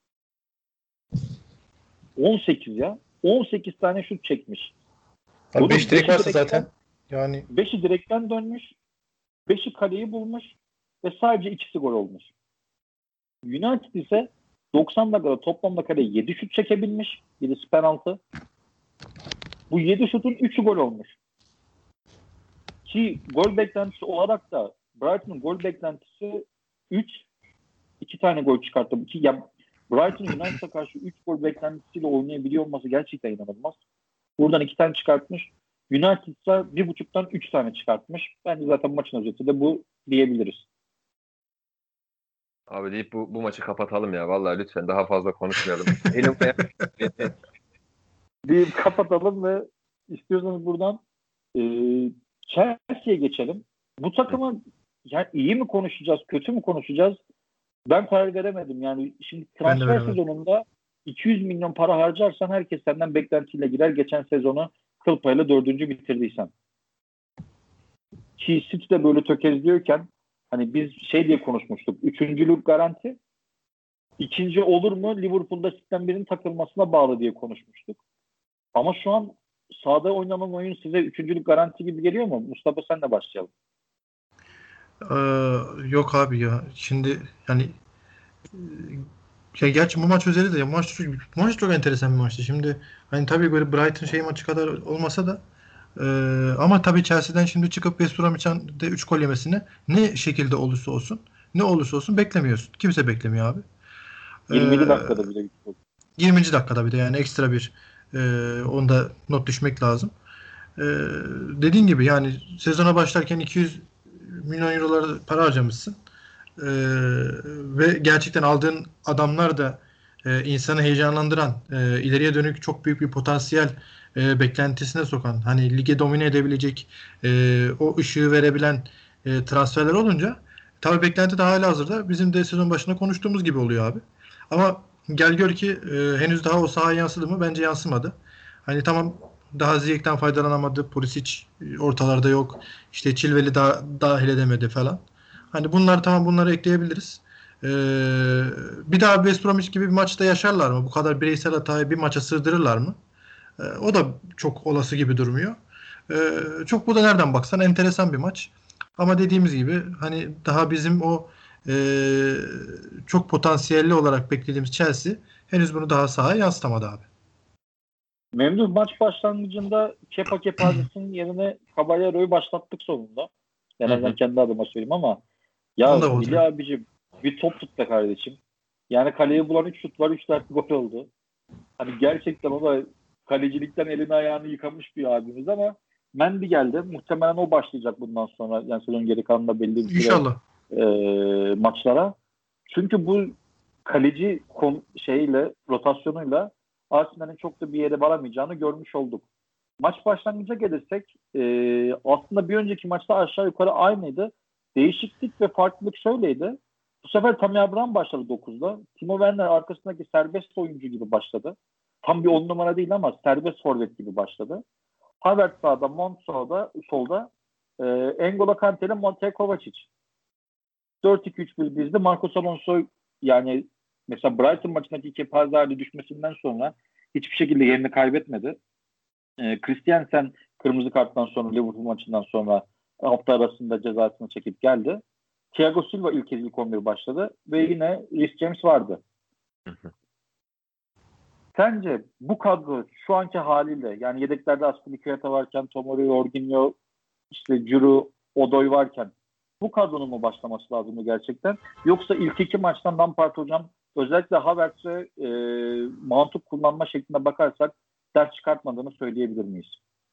18 ya. 18 tane şut çekmiş. 5 direkt varsa zaten yani 5'i direkten dönmüş. 5'i kaleyi bulmuş ve sadece ikisi gol olmuş. United ise 90 dakikada toplamda kaleye 7 şut çekebilmiş. 7'si penaltı. Bu 7 şutun 3'ü gol olmuş. Ki gol beklentisi olarak da Brighton'un gol beklentisi 3. 2 tane gol çıkarttı. Ya Brighton United'a karşı 3 gol beklentisiyle oynayabiliyor olması gerçekten inanılmaz. Buradan 2 tane çıkartmış. United ise 1.5'tan 3 tane çıkartmış. Bence zaten maçın özeti de bu diyebiliriz. Abi deyip bu maçı kapatalım ya. Vallahi lütfen daha fazla konuşmayalım. Deyip kapatalım ve istiyorsanız buradan Chelsea'ye geçelim. Bu takımı yani iyi mi konuşacağız, kötü mü konuşacağız? Ben karar veremedim. Yani şimdi transfer sezonunda 200 milyon para harcarsan herkes senden beklentiyle girer. Geçen sezonu kıl payıyla 4. bitirdiysen. Ki City de böyle tökezliyorken hani biz şey diye konuşmuştuk. 3.lük garanti. 2. olur mu Liverpool'da City'den birinin takılmasına bağlı diye konuşmuştuk. Ama şu an sahada oynanan oyun size 3.lük garanti gibi geliyor mu? Mustafa senle başlayalım. Yok abi ya. Şimdi yani ya gerçi bu maç üzeri de ya bu maç çok enteresan bir maçtı. Şimdi hani tabii böyle Brighton maçı kadar olmasa da ama tabii Chelsea'den şimdi çıkıp West Bromwich'ten de 3 gol yemesini ne şekilde olursa olsun beklemiyorsun. Kimse beklemiyor abi. 20. dakikada bile 20. dakikada bir de yani ekstra bir onda not düşmek lazım. Dediğin gibi yani sezona başlarken 200 milyon eurolar para harcamışsın. Ve gerçekten aldığın adamlar da insanı heyecanlandıran, ileriye dönük çok büyük bir potansiyel beklentisine sokan, hani lige domine edebilecek, o ışığı verebilen transferler olunca tabii beklenti de halihazırda bizim de sezon başında konuştuğumuz gibi oluyor abi. Ama gel gör ki henüz daha o sahaya yansıdı mı? Bence yansımadı. Hani tamam daha Ziyech'ten faydalanamadı. Pulisic ortalarda yok. İşte Chilwell'i daha dahil edemedi falan. Hani bunları ekleyebiliriz. Bir daha West Bromwich gibi bir maçta yaşarlar mı? Bu kadar bireysel hatayı bir maça sığdırırlar mı? O da çok olası gibi durmuyor. Çok bu da nereden baksan enteresan bir maç. Ama dediğimiz gibi hani daha bizim o çok potansiyelli olarak beklediğimiz Chelsea henüz bunu daha sahaya yansıtamadı abi. Memduh maç başlangıcında Kepa Kepazesi'nin yerine Caballero'yu başlattık sonunda. En azından kendi adıma söyleyeyim ama ya Vili abicim bir top tut be kardeşim. Yani kaleye bulan 3 şut var, 3 tane gol oldu. Hani gerçekten o da kalecilikten elini ayağını yıkamış bir abimiz ama Mendy geldi. Muhtemelen o başlayacak bundan sonra. Yani sezon geri kalanında belli bir süre maçlara. Çünkü bu kaleci rotasyonuyla Arsenal'in çok da bir yere varamayacağını görmüş olduk. Maç başlangıca gelirsek aslında bir önceki maçta aşağı yukarı aynıydı. Değişiklik ve farklılık şöyleydi. Bu sefer Tammy Abraham başladı 9'da. Timo Werner arkasındaki serbest oyuncu gibi başladı. Tam bir 10 numara değil ama serbest forvet gibi başladı. Havertz sağda, Mount solda N'Golo Kante ile Matej Kovacic. 4-2-3-1 dizdi. Marcos Alonso yani mesela Brighton maçındaki Kepaze'li düşmesinden sonra hiçbir şekilde yerini kaybetmedi. Christiansen kırmızı karttan sonra Liverpool maçından sonra hafta arasında cezasını çekip geldi. Thiago Silva ilk 11 başladı ve yine Reece James vardı. Sence bu kadro şu anki haliyle yani yedeklerde Aspilicueta varken, Tomori, Jorginho, işte Giroud, Odoi varken bu kadronun mu başlaması lazım gerçekten? Yoksa ilk 2 maçtan Lampard hocam özellikle Havertz'e mantık kullanma şeklinde bakarsak ders çıkartmadığını söyleyebilir miyiz?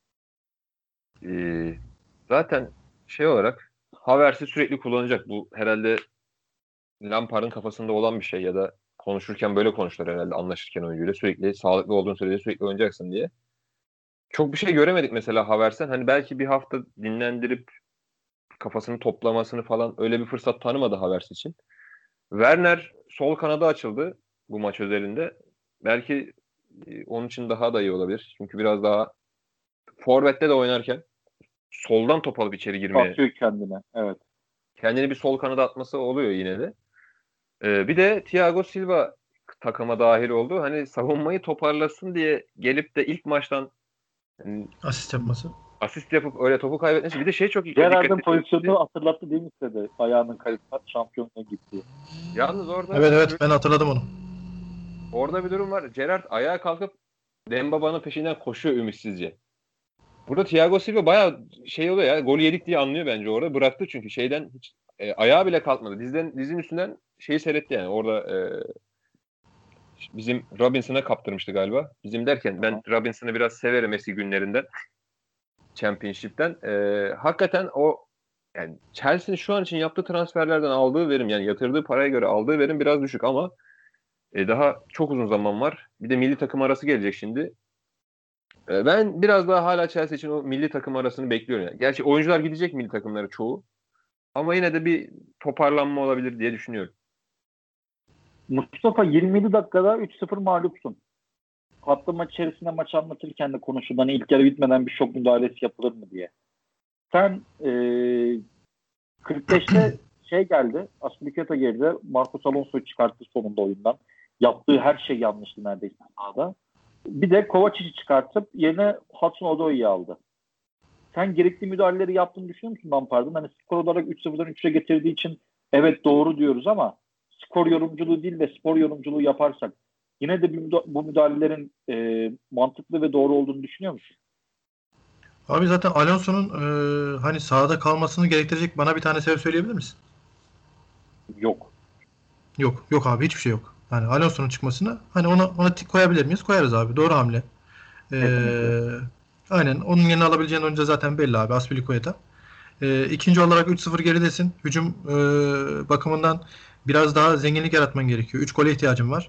Zaten olarak Havertz'i sürekli kullanacak. Bu herhalde Lampard'ın kafasında olan bir şey ya da konuşurken böyle konuştular herhalde anlaşırken oyuncuyla. Sürekli sağlıklı olduğun sürece sürekli oynayacaksın diye. çok bir şey göremedik mesela Havertz'ten. Hani belki bir hafta dinlendirip kafasını toplamasını falan öyle bir fırsat tanımadı Havertz için. Werner sol kanada açıldı bu maç özelinde. Belki onun için daha da iyi olabilir. Çünkü biraz daha forvette de oynarken soldan top alıp içeri girmeye Atıyor kendine. Evet. kendini bir sol kanada atması oluyor yine de. Bir de Thiago Silva takıma dahil oldu. Hani savunmayı toparlasın diye gelip de ilk maçtan hani Asist yapması. asist yapıp öyle topu kaybetmesi. Bir de şey çok Gerrard'ın dikkatimi pozisyonunu çekti. hatırlattı değil mi size? Ayağının kayıp şampiyonluğa gitti. Yalnız orada Evet evet, şöyle, ben hatırladım onu. orada bir durum var. Gerrard ayağa kalkıp Dembaba'nın peşinden koşuyor ümitsizce. Burada Thiago Silva bayağı şey oluyor ya. Gol yedik diye anlıyor bence orada. Bıraktı çünkü şeyden hiç ayağı bile kalkmadı. Dizin üstünden şeyi seyretti yani. Orada bizim Robinson'a kaptırmıştı galiba. Bizim derken ben Robinson'ı biraz severim eski günlerinden. Championship'ten. Hakikaten o yani Chelsea'nin şu an için yaptığı transferlerden aldığı verim yani yatırdığı paraya göre aldığı verim biraz düşük ama daha çok uzun zaman var. Bir de milli takım arası gelecek şimdi. Ben biraz daha hala Chelsea için o milli takım arasını bekliyorum. Yani. Gerçi oyuncular gidecek milli takımları çoğu. Ama yine de bir toparlanma olabilir diye düşünüyorum. Mustafa 27 dakikada 3-0 mağlupsun. Hatta maç içerisinde maç anlatırken de konuşuldu. Hani ilk yarı bitmeden bir şok müdahalesi yapılır mı diye. Sen 45'te şey geldi. Aspilicueta geldi. Marcos Alonso'yu çıkarttı sonunda oyundan. Yaptığı her şey yanlıştı neredeyse sahada. Bir de Kovacic'i çıkartıp yerine Hudson-Odoi'yi aldı. Sen gerekli müdahaleleri yaptığını düşünüyor musun Lampard'ın? Hani skor olarak 3-0'dan 3'e getirdiği için evet doğru diyoruz ama skor yorumculuğu değil de spor yorumculuğu yaparsak yine de bu müdahalelerin mantıklı ve doğru olduğunu düşünüyor musun? Abi zaten Alonso'nun hani sahada kalmasını gerektirecek bana bir tane sebep söyleyebilir misin? Yok. Yok. Yok abi, hiçbir şey yok. Yani Alonso'nun çıkmasını hani ona tik koyabilir miyiz? Koyarız abi. Doğru hamle. Kesinlikle. Ee, aynen. Onun yerine alabileceğin oyuncu zaten belli abi. Aspilicueta. İkinci olarak 3-0 geridesin. Hücum bakımından biraz daha zenginlik yaratman gerekiyor. 3 gole ihtiyacın var.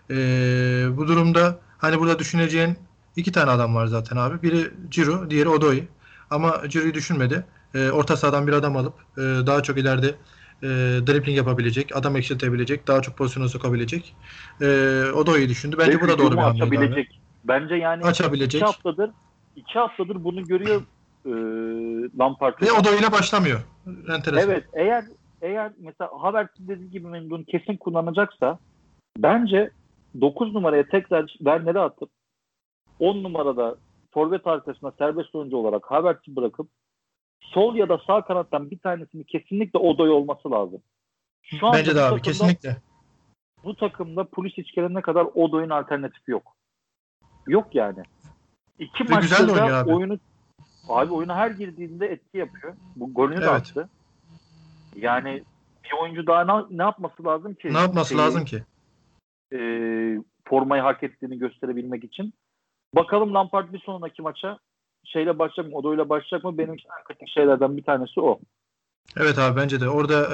Bu durumda hani burada düşüneceğin iki tane adam var zaten abi. Biri Ciro, diğeri Odoi. Ama Ciro'yu düşünmedi. Orta sahadan bir adam alıp daha çok ileride dribbling yapabilecek, adam eksiltebilecek, daha çok pozisyona sokabilecek. Odoi'yi düşündü. Ve Bence bu da doğru bir hücumu hamleydi abi. açabilecek. Bence yani Açabilecek. iki haftadır bunu görüyor e, Lampard Ve hocam. Odoi ile başlamıyor. Enteresan. Evet, eğer mesela Havertz'in dediği gibi bunu kesin kullanacaksa bence 9 numaraya tekrar Werner'i atıp 10 numarada forvet arkasına serbest oyuncu olarak Havertz'i bırakıp sol ya da sağ kanattan bir tanesini kesinlikle Odoi olması lazım. Şu Bence anda de abi, kesinlikle. bu takımda Pulisic gelene kadar Odoo'nun alternatifi yok. Yok yani. İki Ve güzel de maçtır oynuyor da abi. oyuna her girdiğinde etki yapıyor. Bu golünü de Evet. attı. Yani bir oyuncu daha ne yapması lazım Ne ki yapması lazım ki? e, formayı hak ettiğini gösterebilmek için. Bakalım Lampard bir sonraki maça şeyle başlayacak mı? Odoyla başlayacak mı? Benim için en kritik şeylerden bir tanesi o. Evet abi, bence de. Orada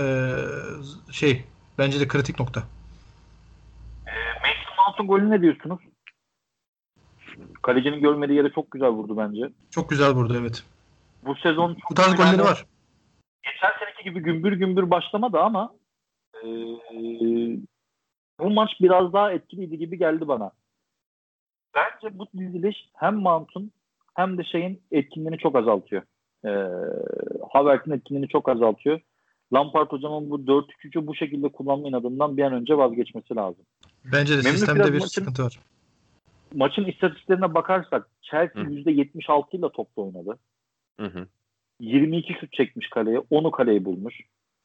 bence de kritik nokta. Mason Mount'un golü ne diyorsunuz? Kalecinin görmediği yere çok güzel vurdu bence. Çok güzel vurdu, evet. Bu sezon Bu çok tarz böyle golleri hani var. geçen seneki gibi gümbür gümbür başlamadı ama e, bu maç biraz daha etkiliydi gibi geldi bana. Bence bu diziliş hem Mount'un hem de şeyin etkinliğini çok azaltıyor. E, Havertz'in etkinliğini çok azaltıyor. Lampard hocamın bu 4-3-3'ü bu şekilde kullanma inadından bir an önce vazgeçmesi lazım. Bence de Memnun sistemde biraz bir sıkıntı var. maçın istatistiklerine bakarsak Chelsea Hı %76 ile topla oynadı. hı. 22 şut çekmiş kaleye. 10'u kaleyi bulmuş.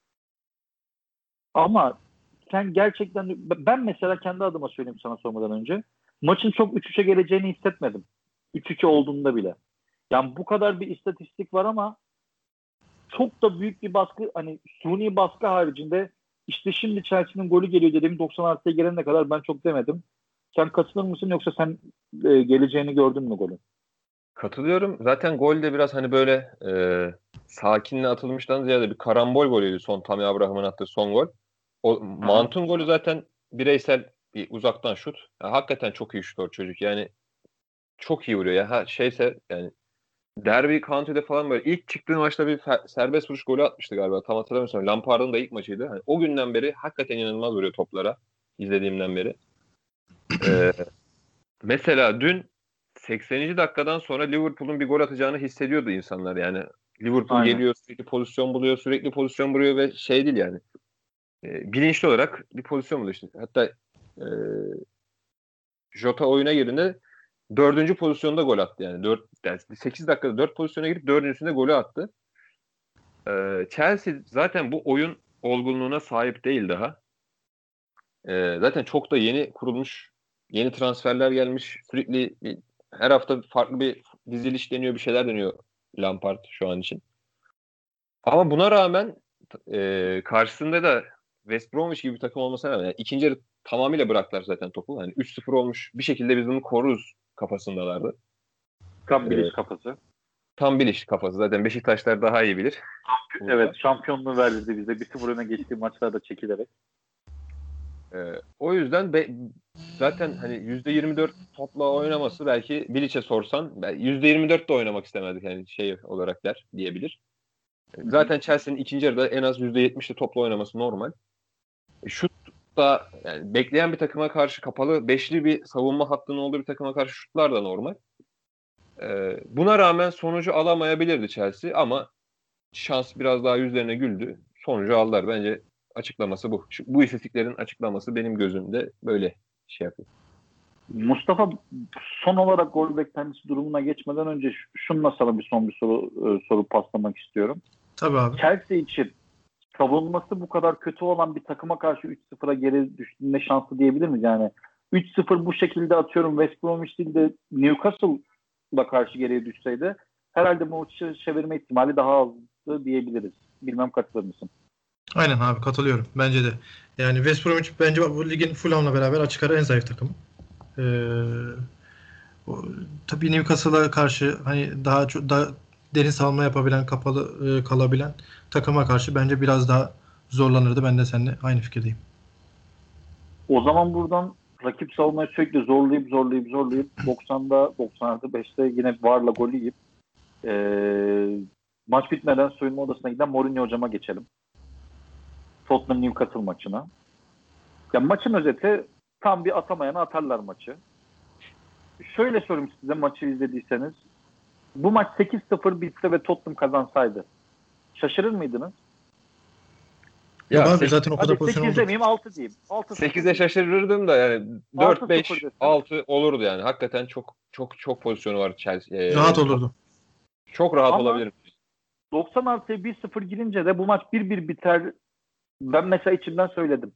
Ama sen gerçekten ben mesela kendi adıma söyleyeyim sana sormadan önce. Maçın çok 3-3'e geleceğini hissetmedim. 3-2 olduğunda bile. Yani bu kadar bir istatistik var ama çok da büyük bir baskı hani suni baskı haricinde işte şimdi Chelsea'nin golü geliyor dediğim 90 artıya gelene kadar ben çok demedim. Sen katılır mısın yoksa sen geleceğini gördün mü golün? Katılıyorum. Zaten gol de biraz hani böyle sakinle atılmıştan ziyade bir karambol golüydü son Tammy Abraham'ın attığı son gol. O Aha. Mount'un golü zaten bireysel bir uzaktan şut. Ya, hakikaten çok iyi şut o çocuk. Yani çok iyi vuruyor ya. Ha, şeyse yani Derby County'de falan böyle ilk çıktığı maçta bir serbest vuruş golü atmıştı galiba. Tam hatırlamıyorsam. Lampard'ın da ilk maçıydı. Hani o günden beri hakikaten inanılmaz vuruyor toplara. İzlediğimden beri. Ee, Mesela dün 80. dakikadan sonra Liverpool'un bir gol atacağını hissediyordu insanlar. Yani Liverpool Aynen. geliyor, sürekli pozisyon buluyor, sürekli pozisyon buluyor ve şey değil yani. Bilinçli olarak bir pozisyon buluyor işte. Hatta e, Jota oyuna girdiğinde 4. pozisyonda gol attı yani. 8 dakikada 4 pozisyona girip 4.'sünde golü attı. Chelsea zaten bu oyun olgunluğuna sahip değil daha. Zaten çok da yeni kurulmuş, yeni transferler gelmiş. Sürekli her hafta farklı bir diziliş deniyor, bir şeyler deniyor Lampard şu an için. Ama buna rağmen karşısında da West Bromwich gibi bir takım olmasına rağmen yani ikinci yarı tamamıyla bıraktılar zaten topu. Hani 3-0 olmuş, bir şekilde biz bunu koruruz kafasındalardı. Tam biliş kafası. Tam biliş kafası. Zaten Beşiktaşlar daha iyi bilir. Evet, şampiyonluğu verdirdi bize. 1-0 öne geçtiği maçlarda çekilerek. O yüzden zaten hani %24 topla oynaması belki Bilic'e sorsan %24 de oynamak istemezdik yani şey olarak der diyebilir. Zaten Chelsea'nin ikinci yarıda en az %70'de topla oynaması normal. Şut da yani bekleyen bir takıma karşı kapalı beşli bir savunma hattının olduğu bir takıma karşı şutlar da normal. Buna rağmen sonucu alamayabilirdi Chelsea ama şans biraz daha yüzlerine güldü. Sonucu aldılar. Bence açıklaması bu. Bu istatistiklerin açıklaması benim gözümde böyle şey yapıyor. Mustafa, son olarak gol beklentisi durumuna geçmeden önce şununla sana bir soru paslamak istiyorum. Tabii abi. Chelsea için savunması bu kadar kötü olan bir takıma karşı 3-0'a geri düştüğünde şanslı diyebilir miyiz? Yani 3-0 bu şekilde atıyorum West Bromwich değil de Newcastle'la karşı geriye düşseydi herhalde bu maçı çevirme ihtimali daha azdı diyebiliriz. Bilmem katılır mısın? Aynen abi, katılıyorum. Bence de. Yani West Bromwich bence bu ligin Fulham'la beraber açık ara en zayıf takım. Tabii Newcastle'a karşı hani daha derin savunma yapabilen, kapalı kalabilen takıma karşı bence biraz daha zorlanırdı. Ben de seninle aynı fikirdeyim. O zaman buradan rakip savunmayı sürekli zorlayıp 90'da 95'te yine VAR'la golü yiyip maç bitmeden soyunma odasına giden Mourinho hocama geçelim. Tottenham Newcastle maçına. Ya maçın özeti, tam bir atamayana atarlar maçı. Şöyle sorayım size, maçı izlediyseniz. Bu maç 8-0 bitse ve Tottenham kazansaydı şaşırır mıydınız? Ya abi zaten o kadar hadi pozisyon 8 oldu. demeyeyim, 6 diyeyim. 8'e şaşırırdım da yani 4-5-6 olurdu yani. Hakikaten çok pozisyonu var Chelsea. Rahat olurdu. Çok rahat ama olabilir. 90 artıya 1-0 girince de bu maç 1-1 biter. Ben mesela içimden söyledim.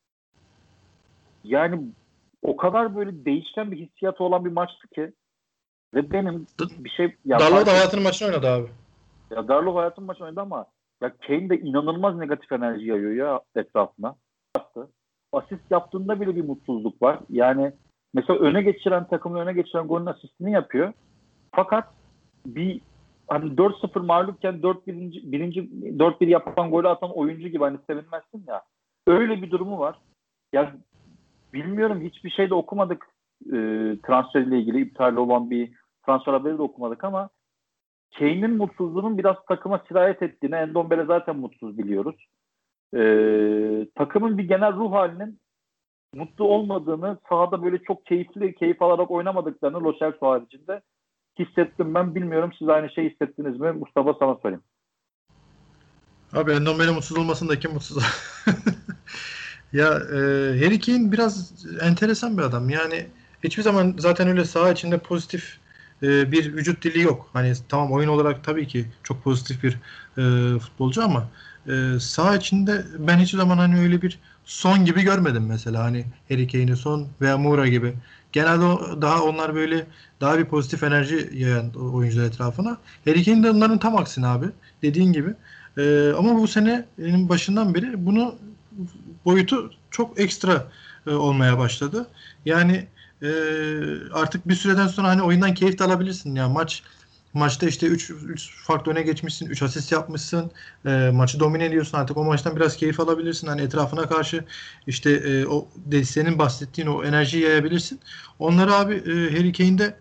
Yani o kadar böyle değişken bir hissiyatı olan bir maçtı ki ve benim bir şey... Darlow da hayatının maçını oynadı abi. Ya Darlow hayatının maçını oynadı ama ya Kane de inanılmaz negatif enerji yayıyor ya etrafına. Asist yaptığında bile bir mutsuzluk var. Yani mesela takımı öne geçiren golün asistini yapıyor. Fakat bir hani 4-0 mağlupken 4-1 yapan golü atan oyuncu gibi hani sevinmezsin ya. Öyle bir durumu var. Ya bilmiyorum, hiçbir şey de okumadık transferle ilgili iptal olan bir transfer haberi de okumadık ama Kane'in mutsuzluğunun biraz takıma sirayet ettiğini, Endombele zaten mutsuz biliyoruz. Takımın bir genel ruh halinin mutlu olmadığını, sahada böyle çok keyif alarak oynamadıklarını Lo Celso haricinde hissettim ben. Bilmiyorum, siz aynı şeyi hissettiniz mi? Mustafa, sana sorayım. Abi Endombele mutsuz olmasın da kim mutsuz? Ya Harry Kane biraz enteresan bir adam. Yani hiçbir zaman zaten öyle saha içinde pozitif bir vücut dili yok. Hani tamam, oyun olarak tabii ki çok pozitif bir futbolcu ama saha içinde ben hiçbir zaman hani öyle bir Son gibi görmedim mesela. Hani Harry Kane'i Son veya Moura gibi. Genelde daha onlar böyle daha bir pozitif enerji yayan oyuncular etrafına. Harry Kane de onların tam aksine abi. Dediğin gibi. Ama bu senenin başından beri bunu boyutu çok ekstra olmaya başladı. Yani artık bir süreden sonra hani oyundan keyif de alabilirsin. Ya maçta işte 3 farklı öne geçmişsin, 3 asist yapmışsın. Maçı domine ediyorsun. Artık o maçtan biraz keyif alabilirsin. Hani etrafına karşı işte o senin bahsettiğin o enerjiyi yayabilirsin. Onları abi Harry Kane'de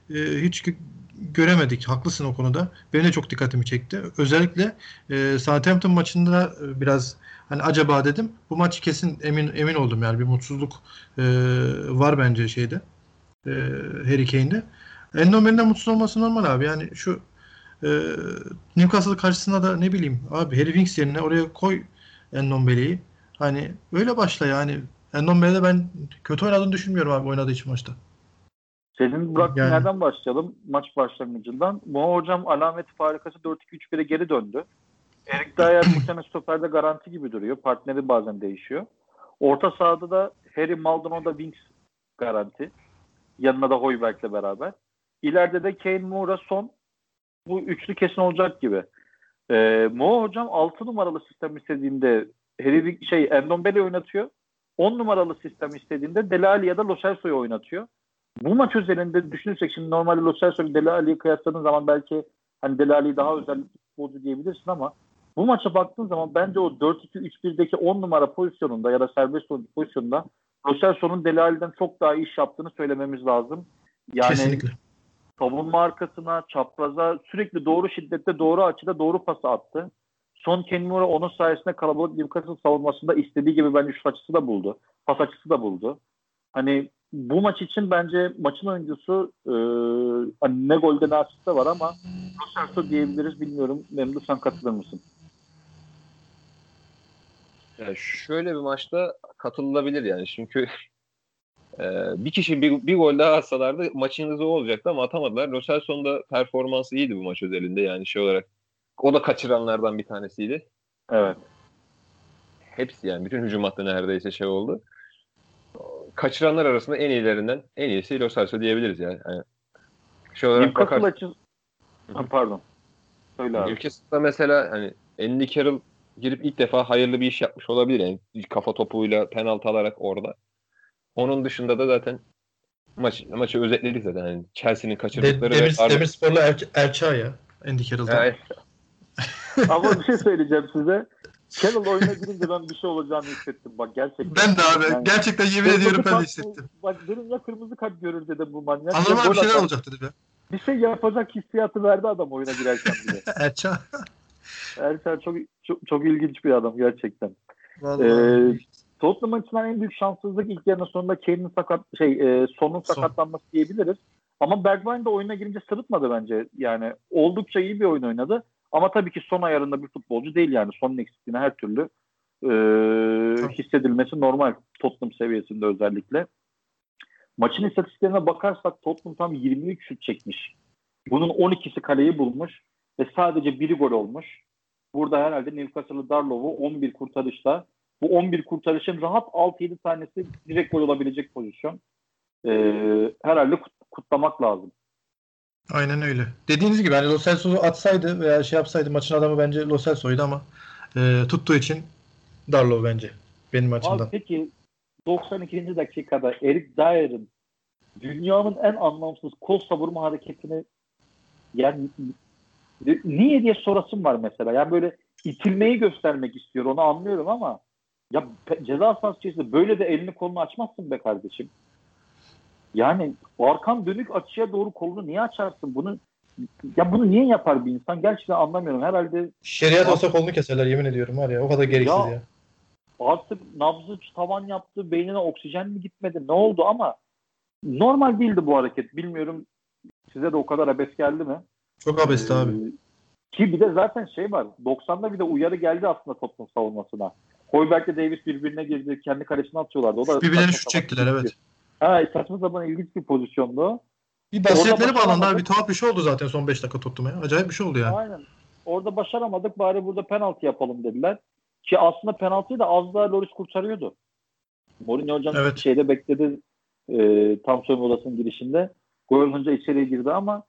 hiç göremedik. Haklısın o konuda. Benim de çok dikkatimi çekti. Özellikle Southampton maçında biraz hani acaba dedim. Bu maç kesin emin oldum yani bir mutsuzluk var bence şeyde. e, Harry Kane'de. Endombele'den mutsuz olması normal abi. Yani şu e, Newcastle karşısında da ne bileyim abi Harry Winks yerine oraya koy Endombele'yi. Hani öyle başla yani. Endombele'de ben kötü oynadığını düşünmüyorum abi oynadığı için maçta. Senin bıraktığın Yani yerden başlayalım maç başlangıcından. Mo hocam alameti farikası 4-2-3-1'e geri döndü. Erik Dyer bu sene stoperde garanti gibi duruyor. Partneri bazen değişiyor. Orta sahada da Harry Maldonado Winks garanti. Yanına da Højbjerg'le beraber. İleride de Kane, Moura, Son. Bu üçlü kesin olacak gibi. Mo hocam 6 numaralı sistem istediğinde Endombele oynatıyor. 10 numaralı sistem istediğinde Dele Alli ya da Lo Celso'yu oynatıyor. Bu maç üzerinde düşünürsek şimdi normalde Lo Celso ile Dele Alli'yi kıyasladığın zaman belki hani Dele Alli daha özel bir futbolcu diyebilirsin ama bu maça baktığın zaman bence o 4-2-3-1'deki 10 numara pozisyonunda ya da serbest oyuncu pozisyonunda Lo Celso'nun Dele Alli'den çok daha iyi iş yaptığını söylememiz lazım. Yani kesinlikle. savunma arkasına, çapraza sürekli doğru şiddette, doğru açıda doğru pası attı. Son Kenmura onun sayesinde kalabalık Newcastle savunmasında istediği gibi bence şut açısı da buldu. Pas açısı da buldu. Hani bu maç için bence maçın oyuncusu hani ne golde ne asiste var ama Lo Celso diyebiliriz. Bilmiyorum. Memnun sen katılır mısın? Yani şöyle bir maçta katılılabilir yani. Çünkü bir kişi bir gol daha atsalardı maçın hızı olacaktı ama atamadılar. Lo Celso'nun da performansı iyiydi bu maç özelinde. Yani şey olarak o da kaçıranlardan bir tanesiydi. Evet. Hepsi yani bütün hücum hattı neredeyse şey oldu. Kaçıranlar arasında en iyilerinden en iyisi Lo Celso diyebiliriz yani. Şey olarak Newcastle bakarsın. açısı pardon. Söyle abi. Newcastle'da mesela hani Andy Carroll girip ilk defa hayırlı bir iş yapmış olabilir yani kafa topuyla penaltı alarak orada. Onun dışında da zaten maçı özetledik zaten. Yani Chelsea'nin kaçırdıkları ve Demirspor'la Erçağ ya. Andy Carroll'dan. yani, Ama bir şey söyleyeceğim size. Carroll oyuna girince ben bir şey olacağını hissettim. Bak gerçekten. Ben de abi. Yani, Gerçekten yemin ediyorum ben de hissettim. Bak dedim ya kırmızı kart görür dedim bu manyak. Anormal bir şeyler olacak dedim ya. Bir şey yapacak hissiyatı verdi adam oyuna girerken bile. Erçağ. Erçel çok ilginç bir adam gerçekten. Vallahi. Tottenham açısından en büyük şanssızlık ilk yarının sonunda Kane'in Son'un sakatlanması diyebiliriz. Ama Bergwijn de oyuna girince sırıtmadı bence. Yani oldukça iyi bir oyun oynadı. Ama tabii ki son ayarında bir futbolcu değil yani. Sonun eksikliğini her türlü hissedilmesi normal Tottenham seviyesinde özellikle. Maçın istatistiklerine bakarsak Tottenham tam 23 şut çekmiş. Bunun 12'si kaleyi bulmuş ve sadece biri gol olmuş. Burada herhalde Newcastle'lı Darlov'u 11 kurtarışla bu 11 kurtarışın rahat 6-7 tanesi direkt gol olabilecek pozisyon. Herhalde kutlamak lazım. Aynen öyle. Dediğiniz gibi hani Lo Celso'yu atsaydı veya şey yapsaydı maçın adamı bence Lo Celso'ydu ama tuttuğu için Darlow bence benim açımdan. Abi peki 92. dakikada Erik Dyer'ın dünyanın en anlamsız kol savurma hareketini yani niye diye sorasım var mesela. Yani böyle itilmeyi göstermek istiyor. Onu anlıyorum ama ya ceza sahası içerisinde böyle de elini kolunu açmazsın be kardeşim. Yani arkan dönük açıya doğru kolunu niye açarsın? Bunu niye yapar bir insan? Gerçekten anlamıyorum. Herhalde Şeriat olsa kolunu keserler yemin ediyorum var ya o kadar gereksiz ya. Artık nabzı tavan yaptı. Beynine oksijen mi gitmedi? Ne oldu ama normal değildi bu hareket. Bilmiyorum size de o kadar abes geldi mi? Çok abesti abi. Ki bir de zaten şey var. 90'da bir de uyarı geldi aslında Tottenham savunmasına. Højbjerg'le Davis birbirine girdi. Kendi kalesine atıyorlardı. O da birbirlerine şut çektiler evet. Saçma sapan ilginç bir pozisyondu. Bir basiretleri bağlandı. Bir tuhaf bir şey oldu zaten son 5 dakika Tottenham'a. Acayip bir şey oldu yani. Aynen. Orada başaramadık. Bari burada penaltı yapalım dediler. Ki aslında penaltıyı da az daha Lloris kurtarıyordu. Mourinho hocam şeyde bekledi tam soyunma odasının girişinde. Gol olunca içeriye girdi ama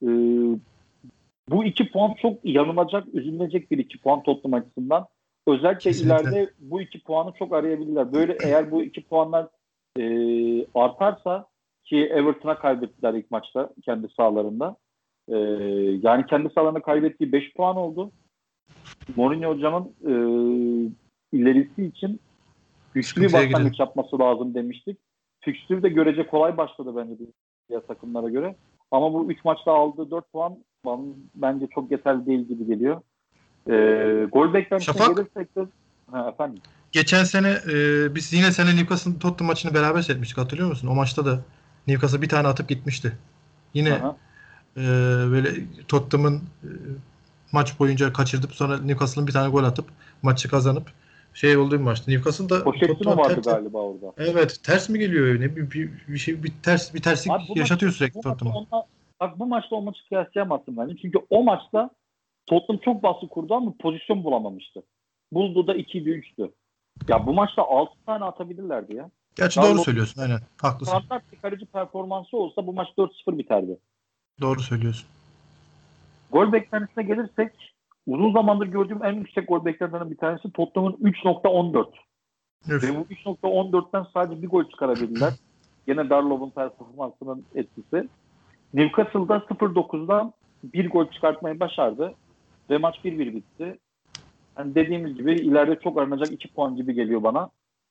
bu 2 puan çok yanılacak, üzülecek bir 2 puan Tottenham açısından. Özellikle kesinlikle ileride bu 2 puanı çok arayabilirler. Böyle eğer bu 2 puanlar artarsa ki Everton'a kaybettiler ilk maçta kendi sahalarında. Yani kendi sahalarında kaybettiği 5 puan oldu. Mourinho hocamın ilerisi için güçlü bir başlangıç yapması lazım demiştik. Fikstür de görece kolay başladı bence diğer takımlara göre. Ama bu 3 maçta aldığı 4 puan bence çok yeterli değil gibi geliyor. Gol beklentisine gelirsek de efendim. Geçen sene biz yine seninle Newcastle'ın Tottenham maçını beraber seyretmiştik, hatırlıyor musun? O maçta da Newcastle bir tane atıp gitmişti. Yine böyle Tottenham'ın maç boyunca kaçırdıp sonra Newcastle'ın bir tane gol atıp maçı kazanıp olduğu bir maçtı. Newcastle'da Pochettino vardı galiba orada. Evet, ters mi geliyor? Ne bir terslik abi, yaşatıyor sürekli Tottenham. Bak bu maçta o maçı kıyaslayamazsın bence. Çünkü o maçta Tottenham çok baskı kurdu ama pozisyon bulamamıştı. Bulduğu da 2'ydi 3'tü. Ya bu maçta 6 tane atabilirlerdi ya. Gerçi doğru söylüyorsun, aynen. Haklısın. Standart bir kaleci performansı olsa bu maç 4-0 biterdi. Doğru söylüyorsun. Gol beklentisine gelirsek uzun zamandır gördüğüm en yüksek gol beklentilerinden bir tanesi Tottenham'ın 3.14. Ve bu 3.14'ten sadece bir gol çıkarabildiler. Yine Darlov'un performansının etkisi. Newcastle'da 0.9'dan bir gol çıkartmayı başardı. Ve maç 1-1 bitti. Yani dediğimiz gibi ileride çok aranacak 2 puan gibi geliyor bana.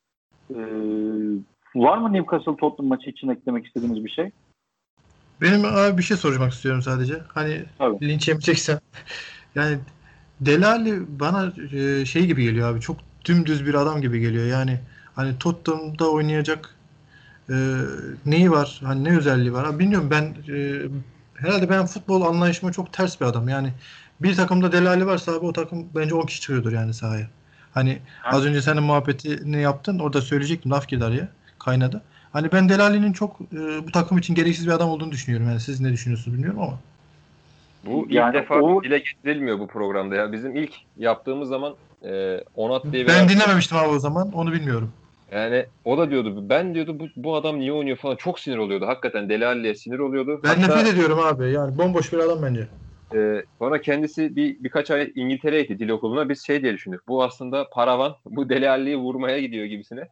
Var mı Newcastle Tottenham maçı için eklemek istediğiniz bir şey? Benim abi bir şey sormak istiyorum sadece. Hani Tabii. Linç yemeyeceksen. Yani Dele Alli bana şey gibi geliyor abi. Çok dümdüz bir adam gibi geliyor. Yani hani Tottenham'da oynayacak neyi var? Hani ne özelliği var? Abi bilmiyorum, ben herhalde ben futbol anlayışıma çok ters bir adam. Yani bir takımda Dele Alli varsa abi o takım bence 10 kişi çıkıyordur yani sahaya. Hani az önce senin muhabbetini yaptın. Orada söyleyecektim. Laf girdi araya. Kaynadı. Hani ben Dele Alli'nin çok bu takım için gereksiz bir adam olduğunu düşünüyorum. Yani siz ne düşünüyorsunuz bilmiyorum ama. Bu ilk defa dile getirilmiyor bu programda ya. Bizim ilk yaptığımız zaman Onat diye bir Ben dinlememiştim abi o zaman. Onu bilmiyorum. Yani o da diyordu. Ben diyordu bu adam niye oynuyor falan. Çok sinir oluyordu. Hakikaten Dele Alli'ye sinir oluyordu. Ben nefret ediyorum abi. Yani bomboş bir adam bence. Sonra kendisi birkaç ay İngiltere'ye gitti dil okuluna. Biz şey diye düşündük. Bu aslında paravan. Bu Dele Alli'yi vurmaya gidiyor gibisine.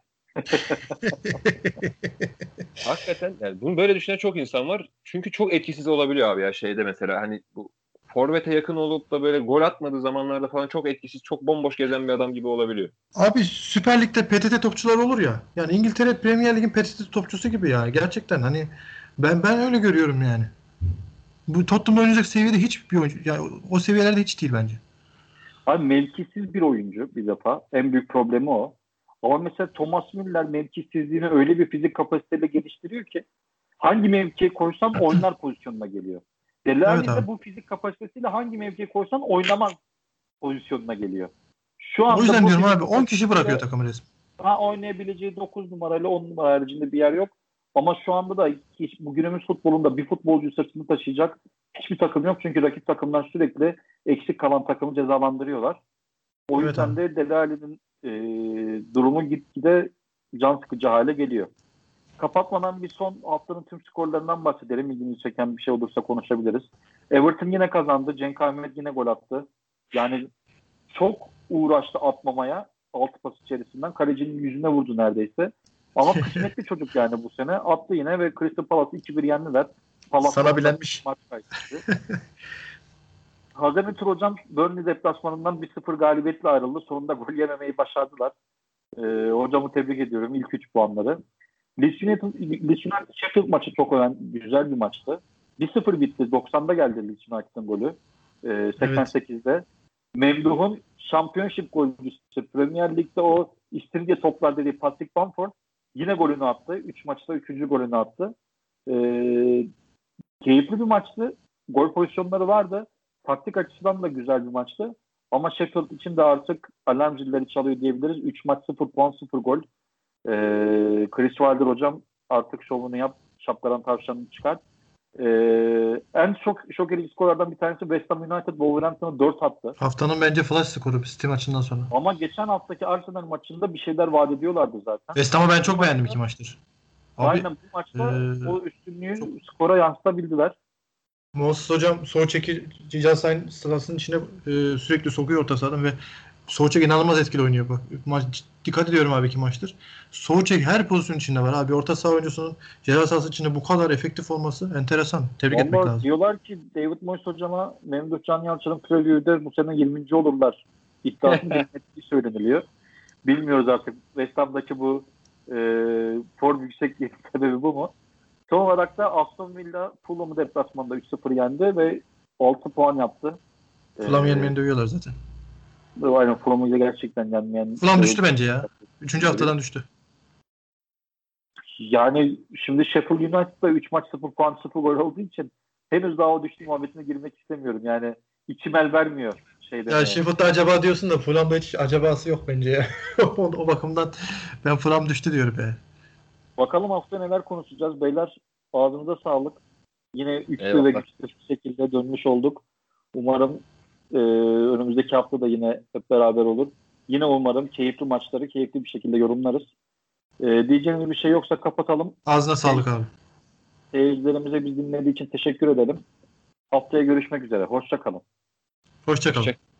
Hakikaten yani bunu böyle düşünen çok insan var. Çünkü çok etkisiz olabiliyor abi ya şeyde mesela hani bu forvete yakın olup da böyle gol atmadığı zamanlarda falan çok etkisiz, çok bomboş gezen bir adam gibi olabiliyor. Abi Süper Lig'de PTT topçular olur ya. Yani İngiltere Premier Lig'in PTT topçusu gibi ya. Gerçekten hani ben öyle görüyorum yani. Bu Tottenham'da oynayacak seviyede hiçbir oyuncu. Yani o seviyelerde hiç değil bence. Abi mevkisiz bir oyuncu bir defa. En büyük problemi o. Ama mesela Thomas Müller mevkisizliğini öyle bir fizik kapasiteyle geliştiriyor ki hangi mevkiye koysan oynar pozisyonuna geliyor. Dele Alli de bu fizik kapasitesiyle hangi mevkiye koysan oynamaz pozisyonuna geliyor. Şu anda o yüzden bu diyorum abi 10 kişi bırakıyor takımı resmen. Oynayabileceği 9 numarayla 10 numara haricinde bir yer yok. Ama şu anda da bugünümüz futbolunda bir futbolcuyu sırtını taşıyacak hiçbir takım yok. Çünkü rakip takımdan sürekli eksik kalan takımı cezalandırıyorlar. O yüzden de Dele Alli'nin durumu gitgide can sıkıcı hale geliyor. Kapatmadan bir son haftanın tüm skorlarından bahsedelim. İlginizi çeken bir şey olursa konuşabiliriz. Everton yine kazandı. Cenk Ahmet yine gol attı. Yani çok uğraştı atmamaya. 6 pas içerisinden. Kalecinin yüzüne vurdu neredeyse. Ama kısmetli çocuk yani bu sene. Attı yine ve Crystal Palace'ı 2-1 yendiler. Sana bilenmiş. Maç kaybetti. Hazemetur hocam Burnley deplasmanından 1-0 galibiyetle ayrıldı. Sonunda gol yememeyi başardılar. Hocamı tebrik ediyorum. İlk 3 puanları. Leeds United Sheffield maçı çok güzel bir maçtı. 1-0 bitti. 90'da geldi Leeds United'ın golü. 88'de. Evet. Memduh'un Championship golcüsü Premier Lig'de o istiridye toplar dediği Patrick Bamford yine golünü attı. 3 maçta 3. golünü attı. Keyifli bir maçtı. Gol pozisyonları vardı. Taktik açısından da güzel bir maçtı. Ama Sheffield için de artık alarm zilleri çalıyor diyebiliriz. 3 maç 0 puan 0 gol. Chris Wilder hocam artık şovunu yap. Şapkadan tavşanını çıkar. En şok edici skorlardan bir tanesi West Ham United Wolverhampton'a 4 attı. Haftanın bence flash skoru City maçından sonra. Ama geçen haftaki Arsenal maçında bir şeyler vaat ediyorlardı zaten. West Ham'ı ben çok beğendim 2 maçtır. Abi, aynen bu maçta o üstünlüğü skora yansıtabildiler. Moses hocam Soucek'i Cicasay'ın sırasının içine sürekli sokuyor orta sahadan ve Soucek inanılmaz etkili oynuyor. Bak, dikkat ediyorum abi 2 maçtır. Soucek her pozisyon içinde var abi. Orta saha oyuncusunun ceza sahası içinde bu kadar efektif olması enteresan. Tebrik etmek lazım. Diyorlar ki David Moyes hocama Memduh Can Yalçın'ın Preview'de bu sene 20. olurlar iddiasını dinlettiği söyleniliyor. Bilmiyoruz artık West Ham'daki bu form yüksekliğinin sebebi bu mu? Son olarak da Aston Villa Fulham'ı deplasmanda 3-0 yendi ve 6 puan yaptı. Fulham yenmeyeni dövüyorlar zaten. Aynen, Fulham'ı gerçekten yenmeyen. Fulham düştü bence ya. 3. haftadan düştü. Yani şimdi Sheffield United'da 3 maç 0 puan 0 gol olduğu için henüz daha o düştüğü muhabbetine girmek istemiyorum. Yani içim el vermiyor şeyde. Ya Sheffield'da acaba diyorsun da Fulham'da hiç acabası yok bence ya. O bakımdan ben Fulham düştü diyorum ya. Bakalım haftaya neler konuşacağız. Beyler, ağzınıza sağlık. Yine üçlü Eyvallah. ve güçlü bir şekilde dönmüş olduk. Umarım önümüzdeki hafta da yine hep beraber olur. Yine umarım keyifli maçları keyifli bir şekilde yorumlarız. Diyeceğimiz bir şey yoksa kapatalım. Ağzına sağlık abi. Seyircilerimize bizi dinlediği için teşekkür edelim. Haftaya görüşmek üzere. Hoşça kalın. Hoşça kalın.